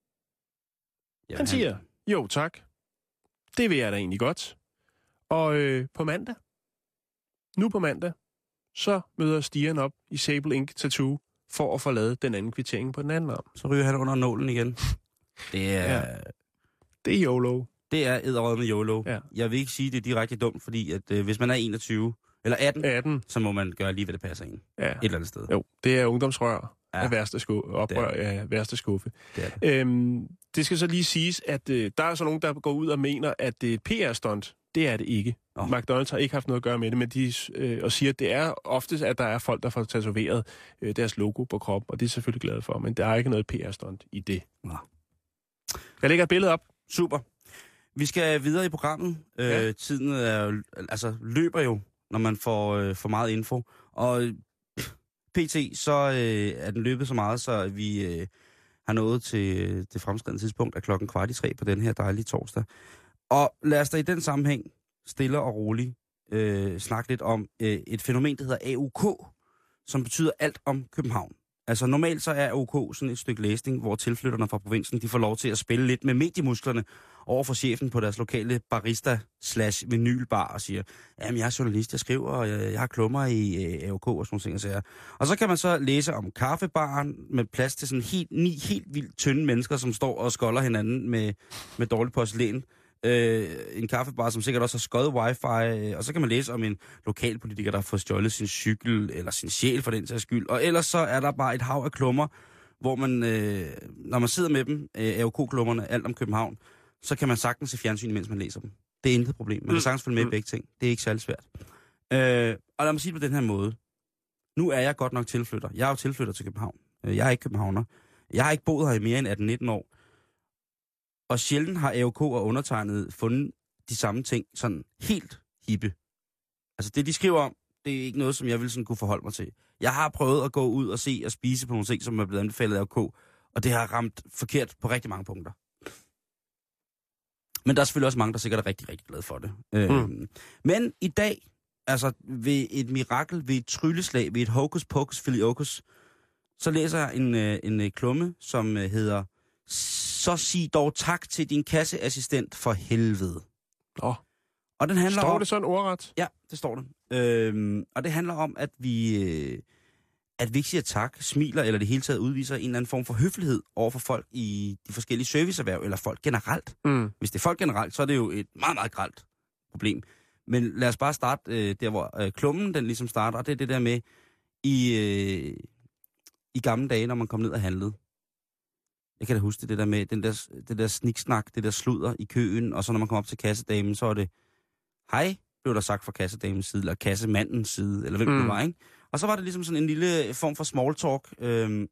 Jamen, Han siger, jo tak. Det vil jeg da egentlig godt. Og øh, på mandag, nu på mandag, så møder Stian op i Sable Ink Tattoo for at få lavet den anden kvittering på den anden arm. Så ryger han under nålen igen. Det er... Ja. Det er YOLO. Det er edderød med YOLO. Ja. Jeg vil ikke sige, det er direkte dumt, fordi at, øh, hvis man er enogtyve eller atten, atten, så må man gøre lige, hvad det passer en. Ja. Et eller andet sted. Jo, det er ungdomsrør Ja. af værste skuffe. Oprør af værste skuffe. Det, er det. Øhm, det skal så lige siges, at øh, der er så nogen, der går ud og mener, at det er et P R-stunt. Det er det ikke. Oh. McDonald's har ikke haft noget at gøre med det, men de øh, og siger, at det er oftest, at der er folk, der får tatoveret øh, deres logo på kroppen, og det er selvfølgelig glad for, men der er ikke noget P R-stunt i det. Nå. Jeg lægger et billede op. Super. Vi skal videre i programmet. Ja. Øh, tiden er, jo- altså, løber jo, når man får øh, for meget info. Og øh, pt. så øh, er den løbet så meget, så vi øh, har nået til øh, det fremskridende tidspunkt af klokken kvart i tre på den her dejlige torsdag. Og lad os da i den sammenhæng stille og roligt øh, snakke lidt om øh, et fænomen, der hedder A U K, som betyder alt om København. Altså normalt så er A U K sådan et stykke læsning, hvor tilflytterne fra provinsen, de får lov til at spille lidt med mediemusklerne over for chefen på deres lokale barista slash vinylbar og siger, jamen jeg er journalist, jeg skriver, og jeg, jeg har klummer i øh, A U K og sådan nogle ting. Og, og så kan man så læse om kaffebaren med plads til sådan helt, ni helt vildt tynde mennesker, som står og skolder hinanden med, med dårlig porcelæn. Øh, en kaffebar, som sikkert også har skøjet wifi, øh, og så kan man læse om en lokalpolitiker, der har fået stjålet sin cykel, eller sin sjæl for den sags skyld. Og ellers så er der bare et hav af klummer, hvor man, øh, når man sidder med dem, øh, A U K-klummerne, alt om København, så kan man sagtens se fjernsyn, mens man læser dem. Det er intet problem. Man kan sagtens følge med i begge ting. Det er ikke særlig svært. Øh, og lad mig sige det på den her måde. Nu er jeg godt nok tilflytter. Jeg er jo tilflytter til København. Jeg er ikke københavner. Jeg har ikke boet her i mere end atten nitten år. Og sjældent har A U K og undertegnet fundet de samme ting sådan helt hippe. Altså det, de skriver om, det er ikke noget, som jeg vil sådan kunne forholde mig til. Jeg har prøvet at gå ud og se og spise på nogle ting, som er blevet anbefalet af A U K, og det har ramt forkert på rigtig mange punkter. Men der er selvfølgelig også mange, der sikkert er rigtig, rigtig glade for det. Mm. Øhm, men i dag, altså ved et mirakel, ved et trylleslag, ved et hokus pokus filiokus, så læser jeg en, en, en klumme, som hedder Så sig dog tak til din kasseassistent for helvede. Åh. Og den handler Står om, det sådan ordret? Ja, det står det. Øhm, og det handler om, at vi, øh, at vi ikke siger tak, smiler eller det hele taget udviser en eller anden form for høflighed over for folk i de forskellige serviceerhverv, eller folk generelt. Mm. Hvis det er folk generelt, så er det jo et meget, meget grelt problem. Men lad os bare starte øh, der, hvor øh, klummen den ligesom starter, og det er det der med, i, øh, i gamle dage, når man kom ned og handlede. Jeg kan da huske det, det der med den der, det der sniksnak, det der sludder i køen, og så når man kom op til kassedamen, så er det, hej, blev der sagt fra kassedamens side, eller kassemandens side, eller hvem mm. det var, ikke? Og så var det ligesom sådan en lille form for small talk. Øhm,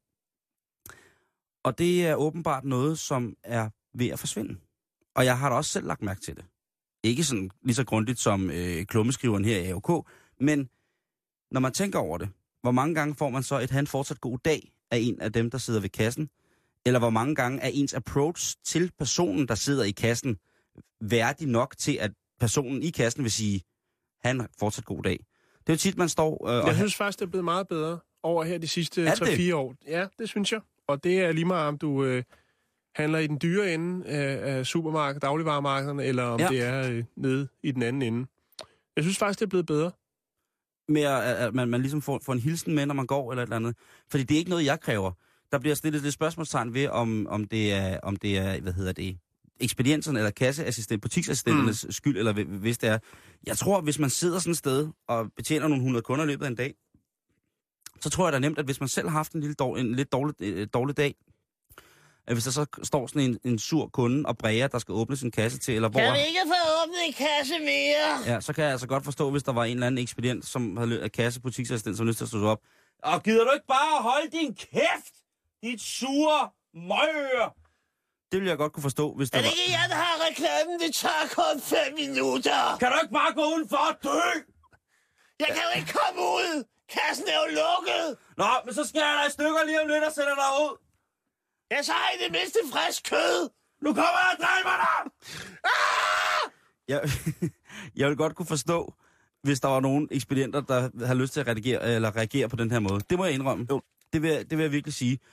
og det er åbenbart noget, som er ved at forsvinde. Og jeg har da også selv lagt mærke til det. Ikke sådan lige så grundigt som øh, klummeskriveren her i A U K, men når man tænker over det, hvor mange gange får man så et han fortsat god dag af en af dem, der sidder ved kassen? Eller hvor mange gange er ens approach til personen, der sidder i kassen, værdig nok til, at personen i kassen vil sige, han fortsat god dag. Det er jo tit, man står... Øh, og jeg synes faktisk, det er blevet meget bedre over her de sidste tre fire år. Ja, det synes jeg. Og det er lige meget, om du øh, handler i den dyre ende af, af supermarked, dagligvaremarkederne, eller om ja. det er øh, nede i den anden ende. Jeg synes faktisk, det er blevet bedre. Med at, at man, man ligesom får, får en hilsen med, når man går, eller et eller andet. Fordi det er ikke noget, jeg kræver. Der bliver stillet lidt spørgsmålstegn ved, om, om, det er, om det er, hvad hedder det, ekspedienserne eller kasseassistent, butiksassistenternes mm. skyld, eller hvis det er. Jeg tror, hvis man sidder sådan et sted og betjener nogle hundrede kunder i løbet af en dag, så tror jeg da nemt, at hvis man selv har haft en, lille dårlig, en lidt dårlig, øh, dårlig dag, at hvis der så står sådan en, en sur kunde og bræger, der skal åbne sin kasse til, eller hvor... Kan vi ikke få åbnet en kasse mere? Ja, så kan jeg altså godt forstå, hvis der var en eller anden ekspedient, som havde kasse, butiksassistent, som lyst til at stå op. Og gider du ikke bare holde din kæft, dit sure møger? Det ville jeg godt kunne forstå, hvis der var... Er det ikke jeg, der har reklamen? Det tager kun fem minutter. Kan du ikke bare gå udenfor og dø? Jeg kan jo ikke komme ud. Kassen er jo lukket. Nå, men så skærer jeg dig i stykker lige om lidt og sætter dig ud. Ja, så har I det mindste frisk kød. Nu kommer jeg og dræber dig! Ah! Jeg, jeg vil godt kunne forstå, hvis der var nogen ekspedienter, der har lyst til at reagere, eller reagere på den her måde. Det må jeg indrømme. Jo. Det vil, det vil jeg virkelig sige.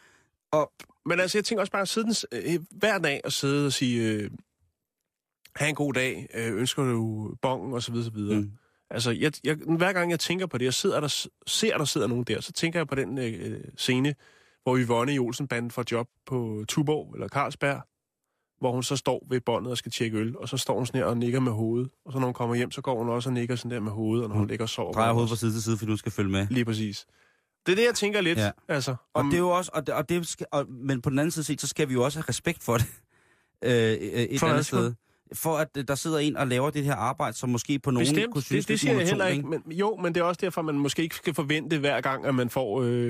Og, men altså, jeg tænker også bare at sidde den, øh, hver dag og sidde og sige, øh, have en god dag, øh, ønsker du bongen, og så videre, så videre. Mm. Altså, jeg, jeg, hver gang jeg tænker på det, jeg sidder der, ser, der sidder nogen der, så tænker jeg på den øh, scene, hvor Yvonne i Olsenbanden får job på Tuborg eller Carlsberg, hvor hun så står ved båndet og skal tjekke øl, og så står hun sådan her og nikker med hovedet. Og så når hun kommer hjem, så går hun også og nikker sådan der med hovedet, og når hun ligger og sover. Drejer hovedet fra side til side, fordi du skal følge med. Lige præcis. Det er det, jeg tænker lidt. Ja. Altså, om... Og det er jo også, og det, og det skal, og, men på den anden side set, så skal vi jo også have respekt for det. øh, et for andet sted. For at der sidder en og laver det her arbejde, som måske på nogen Bestemt. kunne synes, det, det siger jeg heller ikke. Men, jo, men det er også derfor, man måske ikke skal forvente hver gang, at man får øh,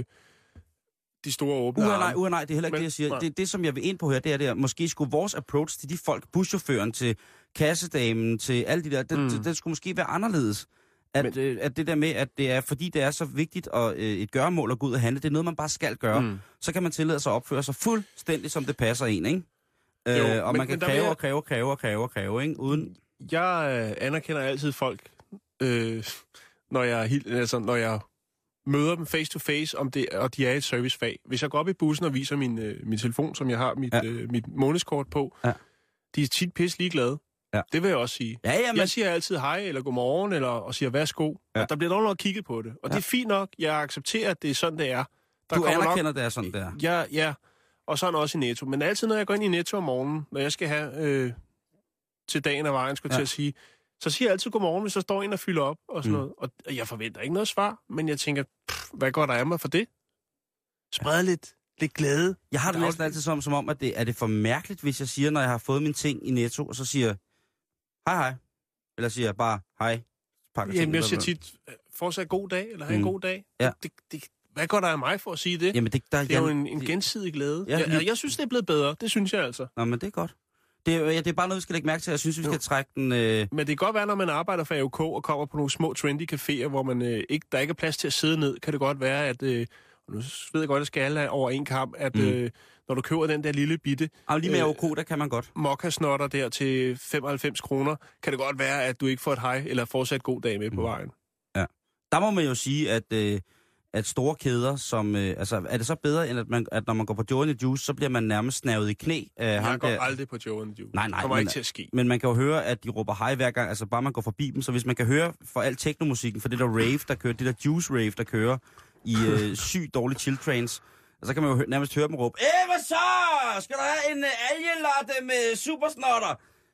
de store åbne arme. Nej, nej, nej, det er heller ikke men, det, jeg siger. Det, det, som jeg vil ind på her, det er, det er, måske skulle vores approach til de folk, buschaufføren, til kassedamen, til alle de der, det, mm. det, det skulle måske være anderledes. At, men, øh, at det der med, at det er, fordi det er så vigtigt og øh, et gøremål at gå ud og handle, det er noget, man bare skal gøre. Mm. Så kan man tillade sig at opføre sig fuldstændig, som det passer en, ikke? Jo, øh, og men, man kan kræve, jeg... og kræve, og kræve, og kræve, og kræve, ikke? Uden... Jeg øh, anerkender altid folk, øh, når, jeg, altså, når jeg møder dem face to face, om det, og de er i et servicefag. Hvis jeg går op i bussen og viser min, øh, min telefon, som jeg har mit, ja. øh, mit månedskort på, ja. de er tit pisse ligeglade. Ja. Det vil jeg også sige. Ja, ja, men... Jeg siger altid hej, eller godmorgen, eller, og siger værsgo. Ja. Og der bliver nogen kigget på det. Og ja. det er fint nok. Jeg accepterer, at det er sådan, det er. Der du anerkender, nok... det er sådan, det er. Ja, ja. Og sådan også i Netto. Men altid, når jeg går ind i Netto om morgenen, når jeg skal have øh, til dagen af vejen, skulle ja. til at sige, så siger jeg altid godmorgen, hvis der står en og fylder op og sådan mm. noget. Og jeg forventer ikke noget svar, men jeg tænker, pff, hvad går der af mig for det? Spred ja. lidt, lidt glæde. Jeg har det næsten altid som, som om, at det er det for mærkeligt, hvis jeg siger, når jeg har fået min ting i Netto, og så siger hej hej, eller siger jeg bare hej. Jamen, jeg siger tit, fortsat god dag, eller have mm. en god dag. Ja. Det, det, hvad går der af mig for at sige det? Jamen, det, der, det er jo en, en gensidig glæde. Ja, jeg, jeg synes, det er blevet bedre. Det synes jeg altså. Nå, men det er godt. Det er, ja, det er bare noget, vi skal lægge mærke til. Jeg synes, vi skal jo. trække den... Øh... Men det kan godt være, når man arbejder for A O K og kommer på nogle små trendy caféer, hvor man, øh, ikke, der ikke er plads til at sidde ned, kan det godt være, at... Øh, og nu ved jeg godt, at skal alle over en kamp, at mm. øh, når du køber den der lille bitte... Og lige med A O K, der kan man godt. Mokka-snotter der til femoghalvfems kroner, kan det godt være, at du ikke får et hej, eller fortsat god dag med mm. på vejen. Ja. Der må man jo sige, at... Øh... at store kæder, som... Øh, altså, er det så bedre, end at, man, at når man går på Joe and the Juice, så bliver man nærmest snavet i knæ? Øh, jeg ham går der... aldrig på Joe and the Juice. Nej, nej. Det kommer men, ikke til at ske. Men man kan jo høre, at de råber hej hver gang, altså bare man går forbi dem. Så hvis man kan høre for al teknomusikken, for det der rave, der kører, det der Juice rave, der kører i øh, sygt dårlige chill trains, så kan man jo hø- nærmest høre dem råbe, Æh, hvad så? Skal du have en uh, algelatte med supersnotter?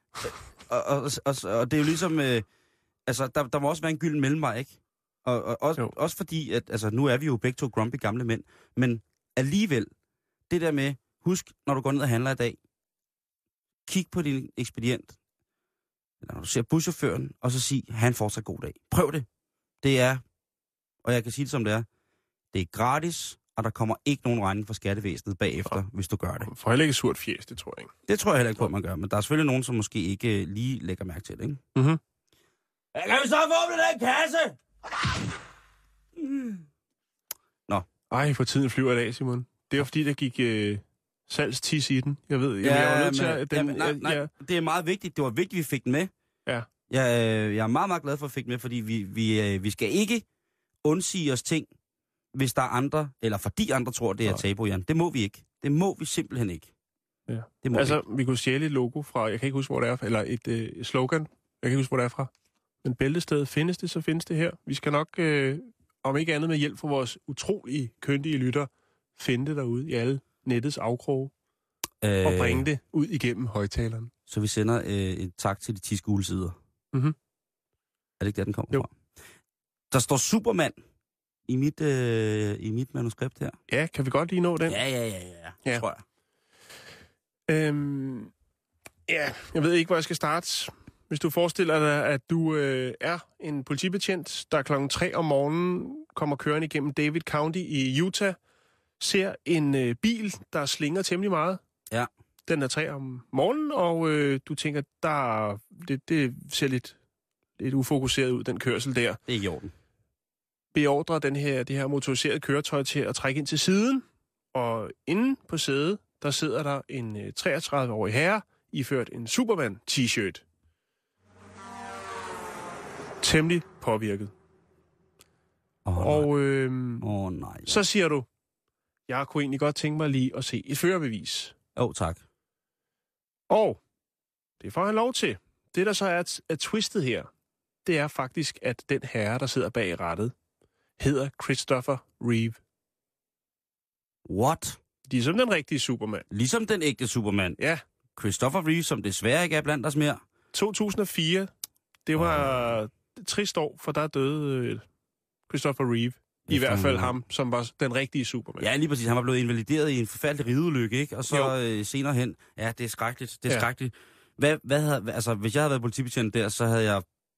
og, og, og, og, og det er jo ligesom... Øh, altså, der, der må også være en gylden mellemvej, ikke? Og, og også, også fordi, at altså, nu er vi jo begge to grumpy gamle mænd, men alligevel, det der med, husk, når du går ned og handler i dag, kig på din ekspedient, eller når du ser buschaufføren, og så sig, have en fortsat god dag. Prøv det. Det er, og jeg kan sige det som det er, det er gratis, og der kommer ikke nogen regning fra skattevæsenet bagefter, ja. hvis du gør det. For heller ikke surt fjes, det tror jeg ikke. Det tror jeg heller ikke på, at man gør, men der er selvfølgelig nogen, som måske ikke lige lægger mærke til det, ikke? Mhm. Kan vi så få åbnet den kasse? Mm. Nå. Ej, for tiden flyver i dag, Simon. Det er fordi, der gik øh, salgstis i den. Jeg ved, ja, jeg var nødt men, til at... Den, jamen, nej, nej, ja. det er meget vigtigt. Det var vigtigt, vi fik den med. Ja. Jeg, øh, jeg er meget, meget glad for, at vi fik den med, fordi vi, vi, øh, vi skal ikke undsige os ting, hvis der er andre, eller fordi andre tror, det er tabu, Jan. Det må vi ikke. Det må vi simpelthen ikke. Ja. Det må altså, vi, vi kunne stjæle et logo fra, jeg kan ikke huske, hvor det er, eller et øh, slogan, jeg kan ikke huske, hvor det er fra. Men bæltestedet, findes det, så findes det her. Vi skal nok, øh, om ikke andet med hjælp fra vores utrolig kyndige lytter, finde det derude i alle nettets afkroge, øh, og bringe det ud igennem højtaleren. Så vi sender øh, et tak til de ti skolesider. Mhm. Er det ikke der, den kommer jo. fra? Der står Superman i mit, øh, i mit manuskript her. Ja, kan vi godt lige nå den? Ja, ja, ja, ja, ja. tror jeg. Øhm, ja, jeg ved ikke, hvor jeg skal starte. Hvis du forestiller dig, at du øh, er en politibetjent, der klokken tre om morgenen kommer kørende igennem David County i Utah, ser en øh, bil, der slinger temmelig meget. Ja. Den er tre om morgenen, og øh, du tænker, der det, det ser lidt, lidt ufokuseret ud, den kørsel der. Det er i orden. Beordrer den her, det her motoriserede køretøj til at trække ind til siden, og inde på sædet, der sidder der en øh, treogtredive-årig herre, iført en Superman-t-shirt. Temmelig påvirket. Oh, og øh, oh, nej, ja. så siger du, Jeg kunne egentlig godt tænke mig lige at se et førerbevis. Åh, oh, tak. Og det får han lov til. Det, der så er, er twistet her, det er faktisk, at den herre, der sidder bag rattet, hedder Christopher Reeve. What? Ligesom den rigtige Superman. Ligesom den ægte Superman. Ja. Christopher Reeve, som desværre ikke er blandt os mere. to tusind og fire, det var oh. et trist år, for der døde Christopher Reeve. I hvert fald ham, som var den rigtige Superman. Ja, lige præcis. Han var blevet invalideret i en forfærdelig rideulykke, ikke? Og så øh, senere hen, ja, det er skrækkeligt. Det er ja. skrækkeligt. Hvad, hvad havde, altså, hvis jeg havde været politibetjent der, så havde jeg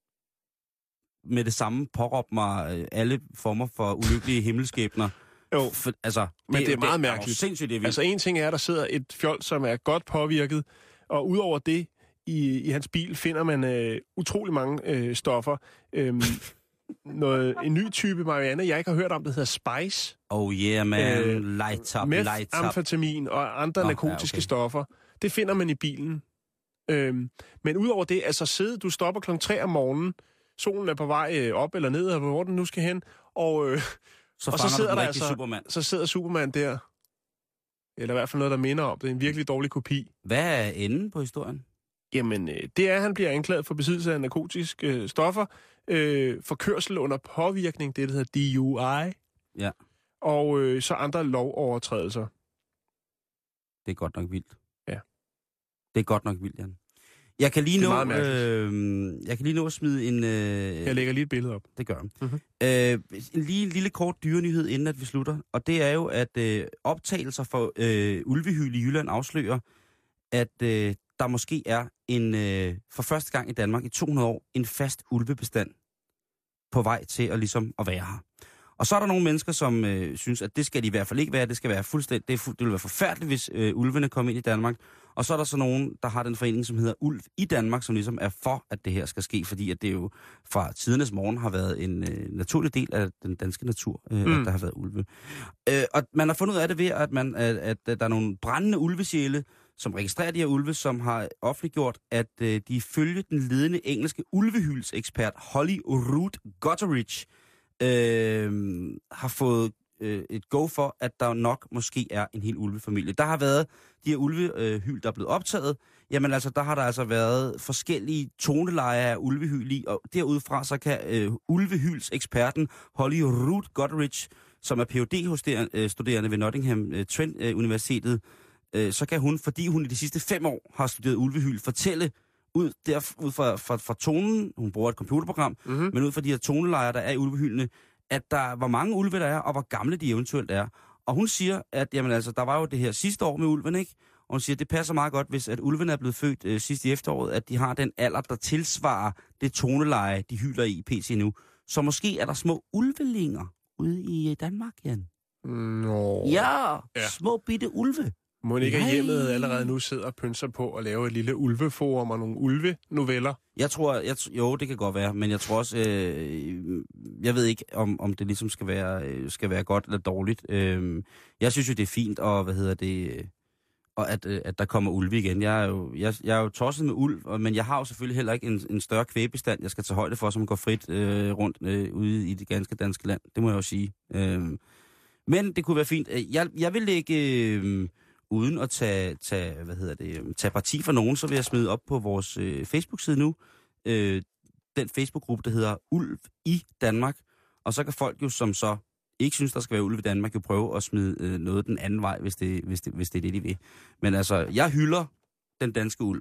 med det samme påråbt mig øh, alle former for ulykkelige himmelskæbner. Jo, for, altså, men det, det er meget det, mærkeligt. Er sindssygt, det er altså, en ting er, at der sidder et fjold, som er godt påvirket, og udover det, i, i hans bil finder man øh, utrolig mange øh, stoffer. Øhm, noget, en ny type marihuana, jeg ikke har hørt om, der hedder Spice. Oh yeah, man. Øh, light up, meth, light up. amfetamin og andre oh, narkotiske ja, okay. stoffer. Det finder man i bilen. Øhm, men udover det, altså sidde, du stopper klokken tre om morgenen, solen er på vej op eller ned, eller hvor den nu skal hen, og, øh, så, og så sidder der altså, Superman. så sidder Superman der, eller i hvert fald noget, der minder om. Det er en virkelig dårlig kopi. Hvad er enden på historien? Jamen, øh, det er, at han bliver anklaget for besiddelse af narkotiske øh, stoffer, øh, for kørsel under påvirkning, det der hedder D U I, ja. og øh, så andre lovovertrædelser. Det er godt nok vildt. Ja. Det er godt nok vildt, Jan. Jeg kan lige, nå, øh, jeg kan lige nå at smide en... Øh, jeg lægger lige et billede op. Det gør jeg. Mm-hmm. Øh, en lige, lille kort dyrenyhed, inden at vi slutter. Og det er jo, at øh, optagelser for øh, ulvehyl i Jylland afslører, at øh, der måske er en øh, for første gang i Danmark i to hundrede år en fast ulvebestand på vej til at ligesom at være her. Og så er der nogle mennesker, som øh, synes, at det skal de i hvert fald ikke være. Det skal være fuldstændig. Det, er fu- det vil være forfærdeligt, hvis øh, ulvene kommer ind i Danmark. Og så er der så nogen, der har den forening, som hedder Ulv i Danmark, som ligesom er for, at det her skal ske, fordi at det jo fra tidernes morgen har været en øh, naturlig del af den danske natur, øh, mm. at der har været ulve. Øh, og man har fundet ud af det ved, at, man, at, at, at der er nogle brændende ulvesjæle, som registrerer de her ulve, som har offentliggjort, at øh, de følge den ledende engelske ulvehylsekspert Holly Root Gutteridge øh, har fået øh, et go for, at der nok måske er en hel ulvefamilie. Der har været de her ulvehyl, der er blevet optaget. Jamen altså, der har der altså været forskellige tonelejer af ulvehyl i, og derudfra så kan øh, ulvehylseksperten Holly Root Gutteridge, som er P H D-studerende ved Nottingham øh, Trent øh, Universitetet, så kan hun, fordi hun i de sidste fem år har studeret ulvehyl, fortælle ud, der, ud fra, fra, fra tonen, hun bruger et computerprogram, mm-hmm. men ud fra de her tonelejer, der er i ulvehylene, at der, hvor mange ulve der er, og hvor gamle de eventuelt er. Og hun siger, at jamen, altså, der var jo det her sidste år med ulven, ikke? Og hun siger, at det passer meget godt, hvis at ulvene er blevet født øh, sidst i efteråret, at de har den alder, der tilsvarer det toneleje, de hyler i pt. Nu. Så måske er der små ulvelinger ude i Danmark, Jan. Nå. Ja, ja. Små bitte ulve. Må ikke have hjemmet allerede nu sidder og pynser på at lave et lille ulveforum og nogle ulve-noveller? Jeg tror, jeg, jo, det kan godt være, men jeg tror også, øh, jeg ved ikke, om, om det ligesom skal være, øh, skal være godt eller dårligt. Øh, jeg synes jo, det er fint, og hvad hedder det, øh, og at, øh, at der kommer ulve igen. Jeg er jo, jeg, jeg er jo tosset med ulv, og, men jeg har jo selvfølgelig heller ikke en, en større kvægbestand, jeg skal tage højde for, som går frit øh, rundt øh, ude i det ganske danske land. Det må jeg jo sige. Øh, men det kunne være fint. Jeg, jeg vil lægge... Øh, uden at tage, tage, hvad hedder det, tage parti for nogen, så vil jeg smide op på vores øh, Facebook-side nu, øh, den Facebook-gruppe, der hedder Ulv i Danmark. Og så kan folk jo, som så ikke synes, der skal være ulv i Danmark, jo prøve at smide øh, noget den anden vej, hvis det, hvis, det, hvis det er det, de vil. Men altså, jeg hylder den danske ulv.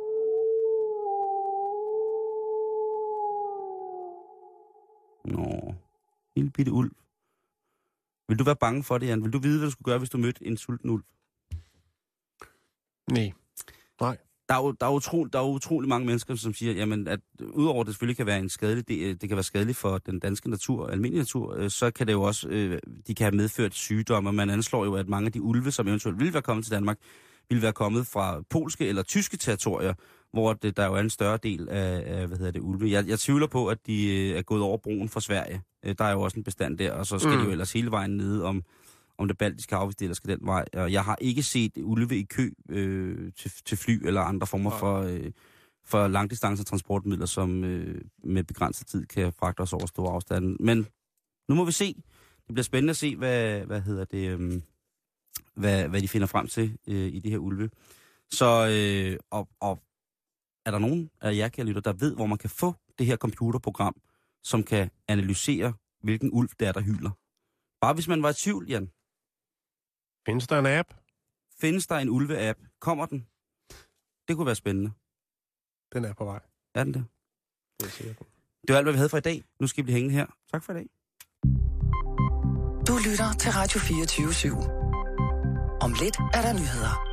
Nå, lille bitte ulv. Vil du være bange for det, Jan? Vil du vide, hvad du skulle gøre, hvis du mødte en sulten ulv? Nej. Nej. Der er jo der er utrolig, der er utrolig mange mennesker, som siger, jamen, at udover det selvfølgelig kan være en skadelig, det, det kan være skadeligt for den danske natur, almindelig natur, så kan det jo også, de kan have medført sygdomme, og man anslår jo, at mange af de ulve, som eventuelt ville være kommet til Danmark, ville være kommet fra polske eller tyske territorier, hvor det, der jo er en større del af, af hvad hedder det, ulve. Jeg, jeg tvivler på, at de er gået over broen fra Sverige. Der er jo også en bestand der, og så skal mm. de jo ellers hele vejen nede om om det baltiske hav, hvis det ellers skal den vej. Og jeg har ikke set ulve i kø øh, til, til fly eller andre former ja. for, øh, for langdistance transportmidler, som øh, med begrænset tid kan fragte os over store afstande. Men nu må vi se. Det bliver spændende at se, hvad, hvad hedder det, øh, hvad, hvad de finder frem til øh, i de her ulve. Så, øh, og, og er der nogen af jer, kære lytter, der ved, hvor man kan få det her computerprogram, som kan analysere, hvilken ulv det er, der hyler? Bare hvis man var i tvivl, Jan. Findes der en app? Findes der en ulve-app? Kommer den? Det kunne være spændende. Den er på vej. Er den det? Det er sikkert. Det var alt, hvad vi havde for i dag. Nu skal vi blive hængende her. Tak for i dag. Du lytter til Radio fireogtyve syv. Om lidt er der nyheder.